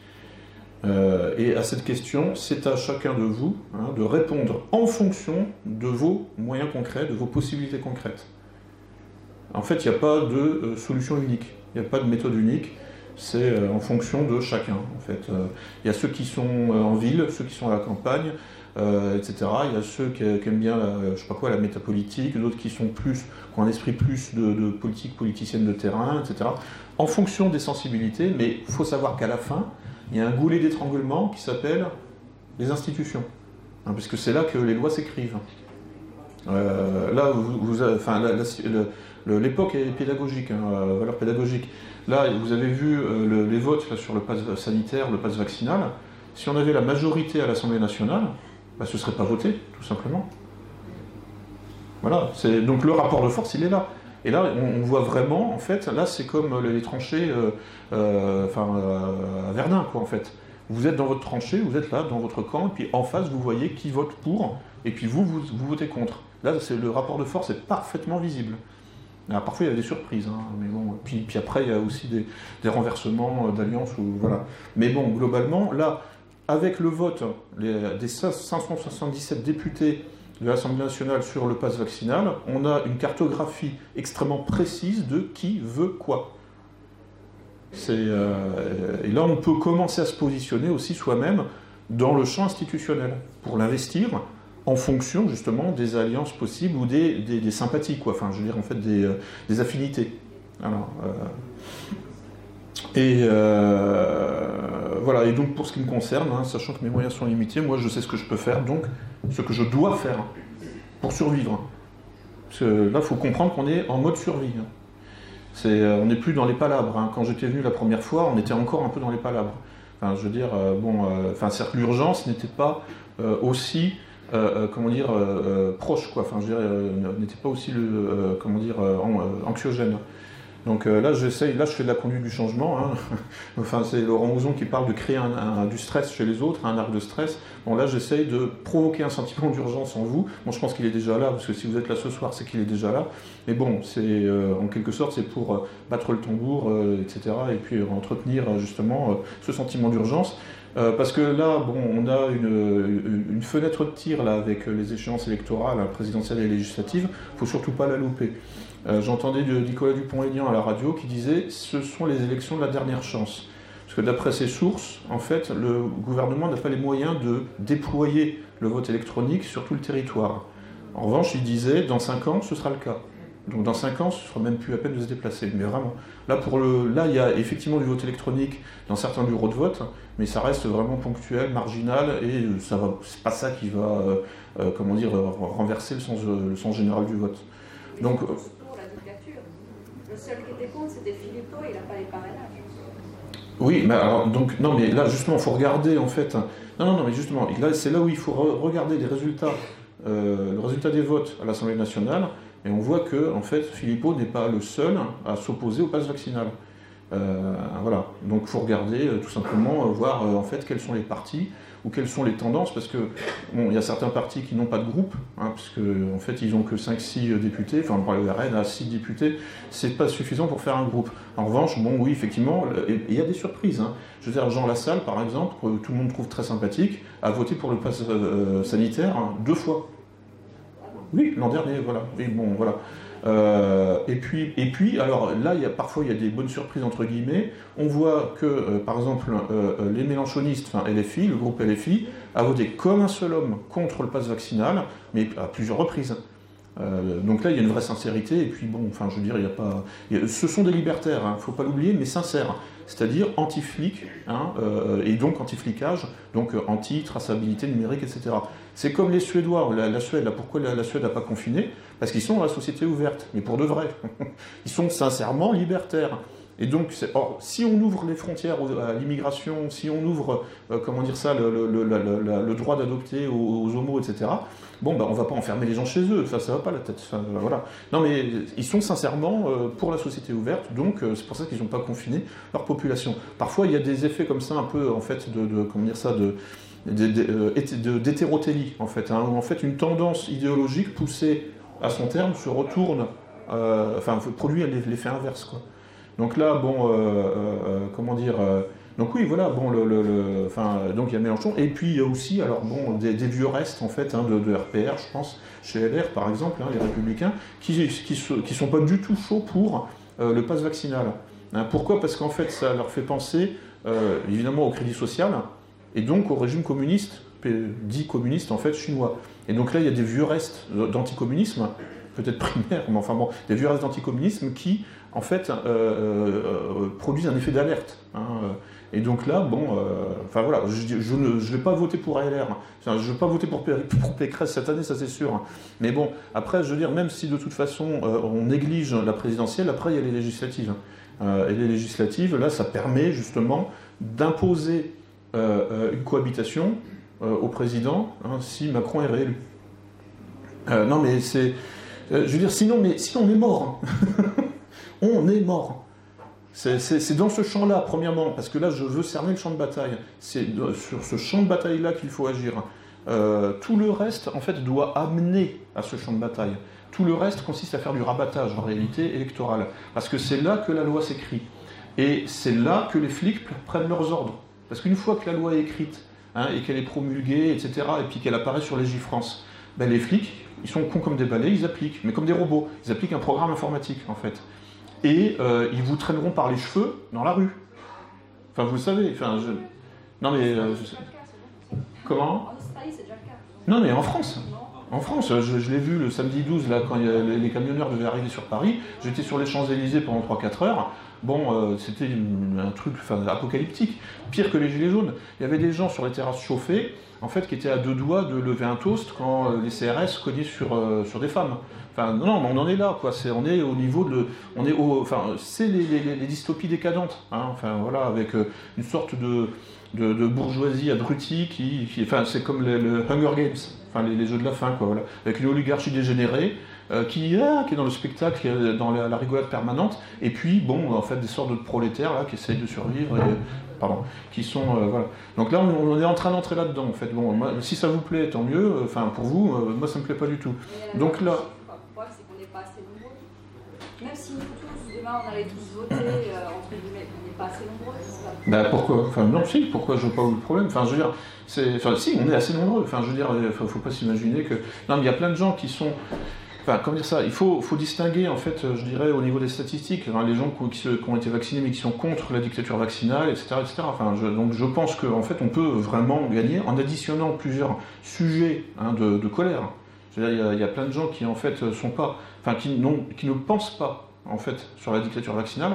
Euh, et à cette question, c'est à chacun de vous hein, de répondre en fonction de vos moyens concrets, de vos possibilités concrètes. En fait, il n'y a pas de euh, solution unique, il n'y a pas de méthode unique, c'est euh, en fonction de chacun. En fait. Euh, il y a ceux qui sont euh, en ville, ceux qui sont à la campagne, euh, et cetera. Il y a ceux qui, qui aiment bien la, je sais pas quoi, la métapolitique, d'autres qui sont plus, qui ont un esprit plus de, de politique politicienne de terrain, et cetera. En fonction des sensibilités, mais il faut savoir qu'à la fin, il y a un goulet d'étranglement qui s'appelle les institutions, hein, parce que c'est là que les lois s'écrivent. Euh, là, vous, vous avez, enfin, la, la, le, l'époque est pédagogique, hein, euh, valeur pédagogique. Là, vous avez vu euh, le, les votes là, sur le pass sanitaire, le pass vaccinal. Si on avait la majorité à l'Assemblée nationale, bah, ce ne serait pas voté, tout simplement. Voilà. C'est, donc le rapport de force, il est là. Et là, on, on voit vraiment, en fait, là, c'est comme les tranchées, euh, euh, enfin, euh, à Verdun, quoi, en fait. Vous êtes dans votre tranchée, vous êtes là, dans votre camp, et puis en face, vous voyez qui vote pour, et puis vous, vous, vous votez contre. Là, c'est, le rapport de force est parfaitement visible. Alors, parfois, il y a des surprises, hein, mais bon. Puis, puis après, il y a aussi des, des renversements d'alliances, ou voilà. Mais bon, globalement, là, avec le vote les, des cinq cent soixante-dix-sept députés de l'Assemblée nationale sur le pass vaccinal, on a une cartographie extrêmement précise de qui veut quoi. C'est, euh, et là, on peut commencer à se positionner aussi soi-même dans le champ institutionnel pour l'investir en fonction justement des alliances possibles ou des, des, des sympathies, quoi. Enfin, je veux dire en fait des, euh, des affinités. Alors, euh, et euh, voilà. Et donc pour ce qui me concerne, hein, sachant que mes moyens sont limités, moi je sais ce que je peux faire, donc ce que je dois faire pour survivre. Parce que là, il faut comprendre qu'on est en mode survie. C'est, euh, on n'est plus dans les palabres. Hein. Quand j'étais venu la première fois, on était encore un peu dans les palabres. Enfin, je veux dire, euh, bon, euh, enfin, certes, l'urgence n'était pas euh, aussi, euh, comment dire, euh, proche, quoi. Enfin, je veux dire, euh, n'était pas aussi, le, euh, comment dire, euh, anxiogène. Donc euh, là, j'essaye, là, je fais de la conduite du changement. Hein. Enfin, c'est Laurent Mouzon qui parle de créer un, un, du stress chez les autres, un arc de stress. Bon, là, j'essaye de provoquer un sentiment d'urgence en vous. Bon, je pense qu'il est déjà là, parce que si vous êtes là ce soir, c'est qu'il est déjà là. Mais bon, c'est euh, en quelque sorte, c'est pour euh, battre le tambour, euh, et cetera. Et puis euh, entretenir euh, justement euh, ce sentiment d'urgence. Euh, parce que là, bon, on a une, une fenêtre de tir là, avec les échéances électorales, présidentielles et législatives. Il ne faut surtout pas la louper. Euh, J'entendais Nicolas Dupont-Aignan à la radio qui disait « ce sont les élections de la dernière chance ». Parce que d'après ses sources, en fait, le gouvernement n'a pas les moyens de déployer le vote électronique sur tout le territoire. En revanche, il disait « dans cinq ans, ce sera le cas ». Donc dans cinq ans, ce ne sera même plus à peine de se déplacer. Mais vraiment, là, pour le, là, il y a effectivement du vote électronique dans certains bureaux de vote, mais ça reste vraiment ponctuel, marginal, et ce n'est pas ça qui va euh, euh, comment dire, renverser le sens, le sens général du vote. Donc, le seul qui était contre, c'était Philippot, il n'a pas les parrainages. Oui, mais alors, donc, non, mais là, justement, il faut regarder, en fait... Non, non, non, mais justement, là, c'est là où il faut re regarder les résultats, euh, le résultat des votes à l'Assemblée nationale, et on voit que, en fait, Philippot n'est pas le seul à s'opposer au pass vaccinal. Euh, voilà, donc il faut regarder, euh, tout simplement, euh, voir, euh, en fait, quels sont les partis, ou quelles sont les tendances, parce que, bon, il y a certains partis qui n'ont pas de groupe, hein, parce qu'en en fait, ils n'ont que cinq six députés, enfin, le R N a six députés, c'est pas suffisant pour faire un groupe. En revanche, bon, oui, effectivement, il y a des surprises, hein. Je veux dire, Jean Lassalle, par exemple, que tout le monde trouve très sympathique, a voté pour le pass euh, sanitaire hein, deux fois. Oui, l'an dernier, voilà. Et bon, voilà. Euh, et, puis, et puis, alors là, il y a, parfois, il y a des bonnes surprises, entre guillemets. On voit que, euh, par exemple, euh, les mélenchonistes, enfin L F I, le groupe L F I, a voté comme un seul homme contre le pass vaccinal, mais à plusieurs reprises. Euh, donc là, il y a une vraie sincérité, et puis bon, enfin, je veux dire, il n'y a pas... Il y a, ce sont des libertaires, il hein, ne faut pas l'oublier, mais sincères. C'est-à-dire anti-flic, hein, euh, et donc anti-flicage, donc euh, anti-traçabilité numérique, et cetera. C'est comme les Suédois, la, la Suède, là, pourquoi la, la Suède n'a pas confiné? Parce qu'ils sont dans la société ouverte, mais pour de vrai. Ils sont sincèrement libertaires. Et donc, or, si on ouvre les frontières à l'immigration, si on ouvre, euh, comment dire ça, le, le, le, le, le droit d'adopter aux, aux homos, et cetera, bon, ben, on ne va pas enfermer les gens chez eux, ça ne va pas la tête. Enfin, voilà. Non, mais ils sont sincèrement euh, pour la société ouverte, donc euh, c'est pour ça qu'ils n'ont pas confiné leur population. Parfois, il y a des effets comme ça, un peu, en fait, de, de comment dire ça, de... d'hétérotélie, en fait, hein, où en fait une tendance idéologique poussée à son terme se retourne, euh, enfin produit l'effet inverse, quoi. Donc là, bon, euh, euh, comment dire, euh, donc oui, voilà, bon, le, le, le, enfin, donc il y a Mélenchon, et puis il y a aussi, alors bon, des, des vieux restes, en fait, hein, de, de R P R, je pense, chez L R, par exemple, hein, les Républicains, qui, qui, se, qui sont pas du tout chauds pour euh, le pass vaccinal. Hein, pourquoi? Parce qu'en fait, ça leur fait penser, euh, évidemment, au crédit social, et donc au régime communiste, dit communiste en fait chinois. Et donc là il y a des vieux restes d'anticommunisme, peut-être primaires, mais enfin bon, des vieux restes d'anticommunisme qui en fait euh, euh, produisent un effet d'alerte. Hein. Et donc là, bon, euh, enfin voilà, je, je ne je vais pas voter pour A L R, enfin, je ne vais pas voter pour, pour Pécresse cette année, ça c'est sûr. Mais bon, après, je veux dire, même si de toute façon euh, on néglige la présidentielle, après il y a les législatives. Euh, et les législatives, là, ça permet justement d'imposer Euh, une cohabitation euh, au président hein, si Macron est réélu. Euh, non mais c'est... Euh, je veux dire, sinon, mais, sinon on est mort. Hein. On est mort. C'est dans ce champ-là, premièrement, parce que là je veux cerner le champ de bataille. C'est sur ce champ de bataille-là qu'il faut agir. Euh, tout le reste, en fait, doit amener à ce champ de bataille. Tout le reste consiste à faire du rabattage, en réalité, électoral. Parce que c'est là que la loi s'écrit. Et c'est là que les flics prennent leurs ordres. Parce qu'une fois que la loi est écrite, hein, et qu'elle est promulguée, et cetera, et puis qu'elle apparaît sur Légifrance, ben les flics, ils sont cons comme des balais, ils appliquent, mais comme des robots. Ils appliquent un programme informatique, en fait. Et euh, ils vous traîneront par les cheveux dans la rue. Enfin, vous le savez. Enfin, je... Non, mais... Euh, je... Comment ? En Australie, c'est déjà le cas. Non, mais en France. En France, je, je l'ai vu le samedi douze, là, quand les, les camionneurs devaient arriver sur Paris. J'étais sur les Champs-Élysées pendant trois quatre heures. Bon, euh, c'était un truc enfin, apocalyptique, pire que les Gilets jaunes. Il y avait des gens sur les terrasses chauffées, en fait, qui étaient à deux doigts de lever un toast quand euh, les C R S cognaient sur, euh, sur des femmes. Enfin, non, mais on en est là, quoi. C'est, on est au niveau de... On est au, enfin, c'est les, les, les dystopies décadentes, hein. Enfin, voilà, avec euh, une sorte de, de, de bourgeoisie abrutie qui... qui enfin, c'est comme le, le Hunger Games, enfin, les, les jeux de la faim, quoi, voilà. Avec une oligarchie dégénérée, euh, qui, ah, qui est dans le spectacle, qui est dans la, la rigolade permanente, et puis, bon, en fait, des sortes de prolétaires, là, qui essayent de survivre, et, pardon, qui sont, euh, voilà. Donc là, on, on est en train d'entrer là-dedans, en fait. Bon, moi, si ça vous plaît, tant mieux, enfin, pour vous, euh, moi, ça me plaît pas du tout. Donc là... Le problème, c'est qu'on n'est pas assez nombreux. Même si nous tous, demain, on allait tous voter, euh, entre guillemets, on n'est pas assez nombreux. Ben pourquoi? Enfin non, si, pourquoi je vois pas où le problème? Enfin, je veux dire, c'est, enfin, si, on est assez nombreux. Enfin, je veux dire, il faut, faut pas s'imaginer que... Non, mais il y a plein de gens qui sont... Enfin, comment dire ça? Il faut, faut distinguer, en fait, je dirais, au niveau des statistiques, hein, les gens qui, qui, qui ont été vaccinés mais qui sont contre la dictature vaccinale, et cetera, et cetera. Enfin, je, donc je pense qu'en fait, on peut vraiment gagner en additionnant plusieurs sujets hein, de, de colère. Je veux dire, il y, a, il y a plein de gens qui, en fait, sont pas... Enfin, qui, non, qui ne pensent pas, en fait, sur la dictature vaccinale,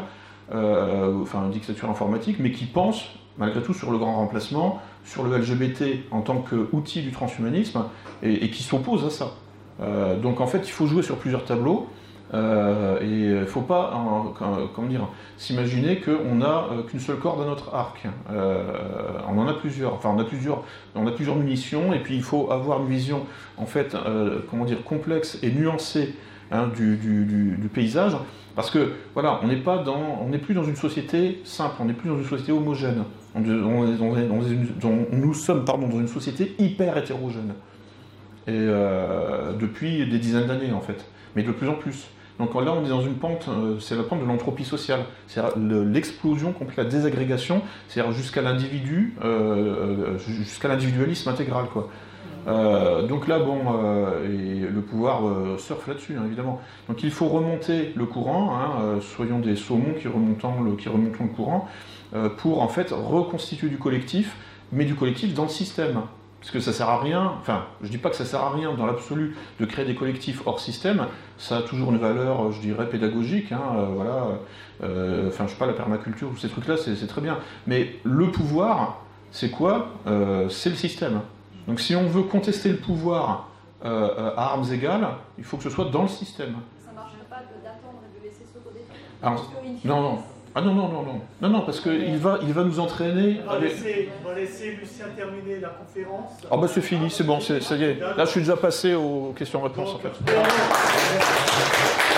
Euh, enfin une dictature informatique, mais qui pense malgré tout sur le grand remplacement, sur le L G B T en tant qu'outil du transhumanisme, et, et qui s'oppose à ça. Euh, donc en fait, il faut jouer sur plusieurs tableaux, euh, et il ne faut pas en, comment dire, s'imaginer qu'on n'a qu'une seule corde à notre arc. Euh, on en a plusieurs, enfin on a plusieurs, on a plusieurs munitions, et puis il faut avoir une vision en fait, euh, comment dire, complexe et nuancée hein, du, du, du, du paysage. Parce que, voilà, on n'est pas dans, on n'est plus dans une société simple, on n'est plus dans une société homogène. On, on, on, on, on, nous sommes, pardon, dans une société hyper hétérogène. Et euh, depuis des dizaines d'années, en fait. Mais de plus en plus. Donc là, on est dans une pente, euh, c'est la pente de l'entropie sociale. C'est-à-dire l'explosion complète, la désagrégation, c'est-à-dire jusqu'à l'individu, euh, jusqu'à l'individualisme intégral, quoi. Euh, donc là, bon, euh, et le pouvoir euh, surfe là-dessus, hein, évidemment. Donc il faut remonter le courant, hein, euh, soyons des saumons qui remontons le, qui remontons le courant, euh, pour en fait reconstituer du collectif, mais du collectif dans le système. Parce que ça sert à rien, enfin, je dis pas que ça sert à rien dans l'absolu de créer des collectifs hors système, ça a toujours une valeur, je dirais, pédagogique, hein, euh, voilà, euh, enfin, je sais pas, la permaculture, tous ces trucs-là, c'est très bien. Mais le pouvoir, c'est quoi? euh, C'est le système. Donc si on veut contester le pouvoir euh, à armes égales, il faut que ce soit dans le système. Ça ne marcherait pas d'attendre et de laisser s'autodétruire. Alors, non, non. Ah non, non, non, non. Non, non, parce qu'il va, il va nous entraîner... On va, laisser, on va laisser Lucien terminer la conférence. Ah bah c'est fini, c'est bon, ça y est. Là, je suis déjà passé aux questions-réponses, en fait.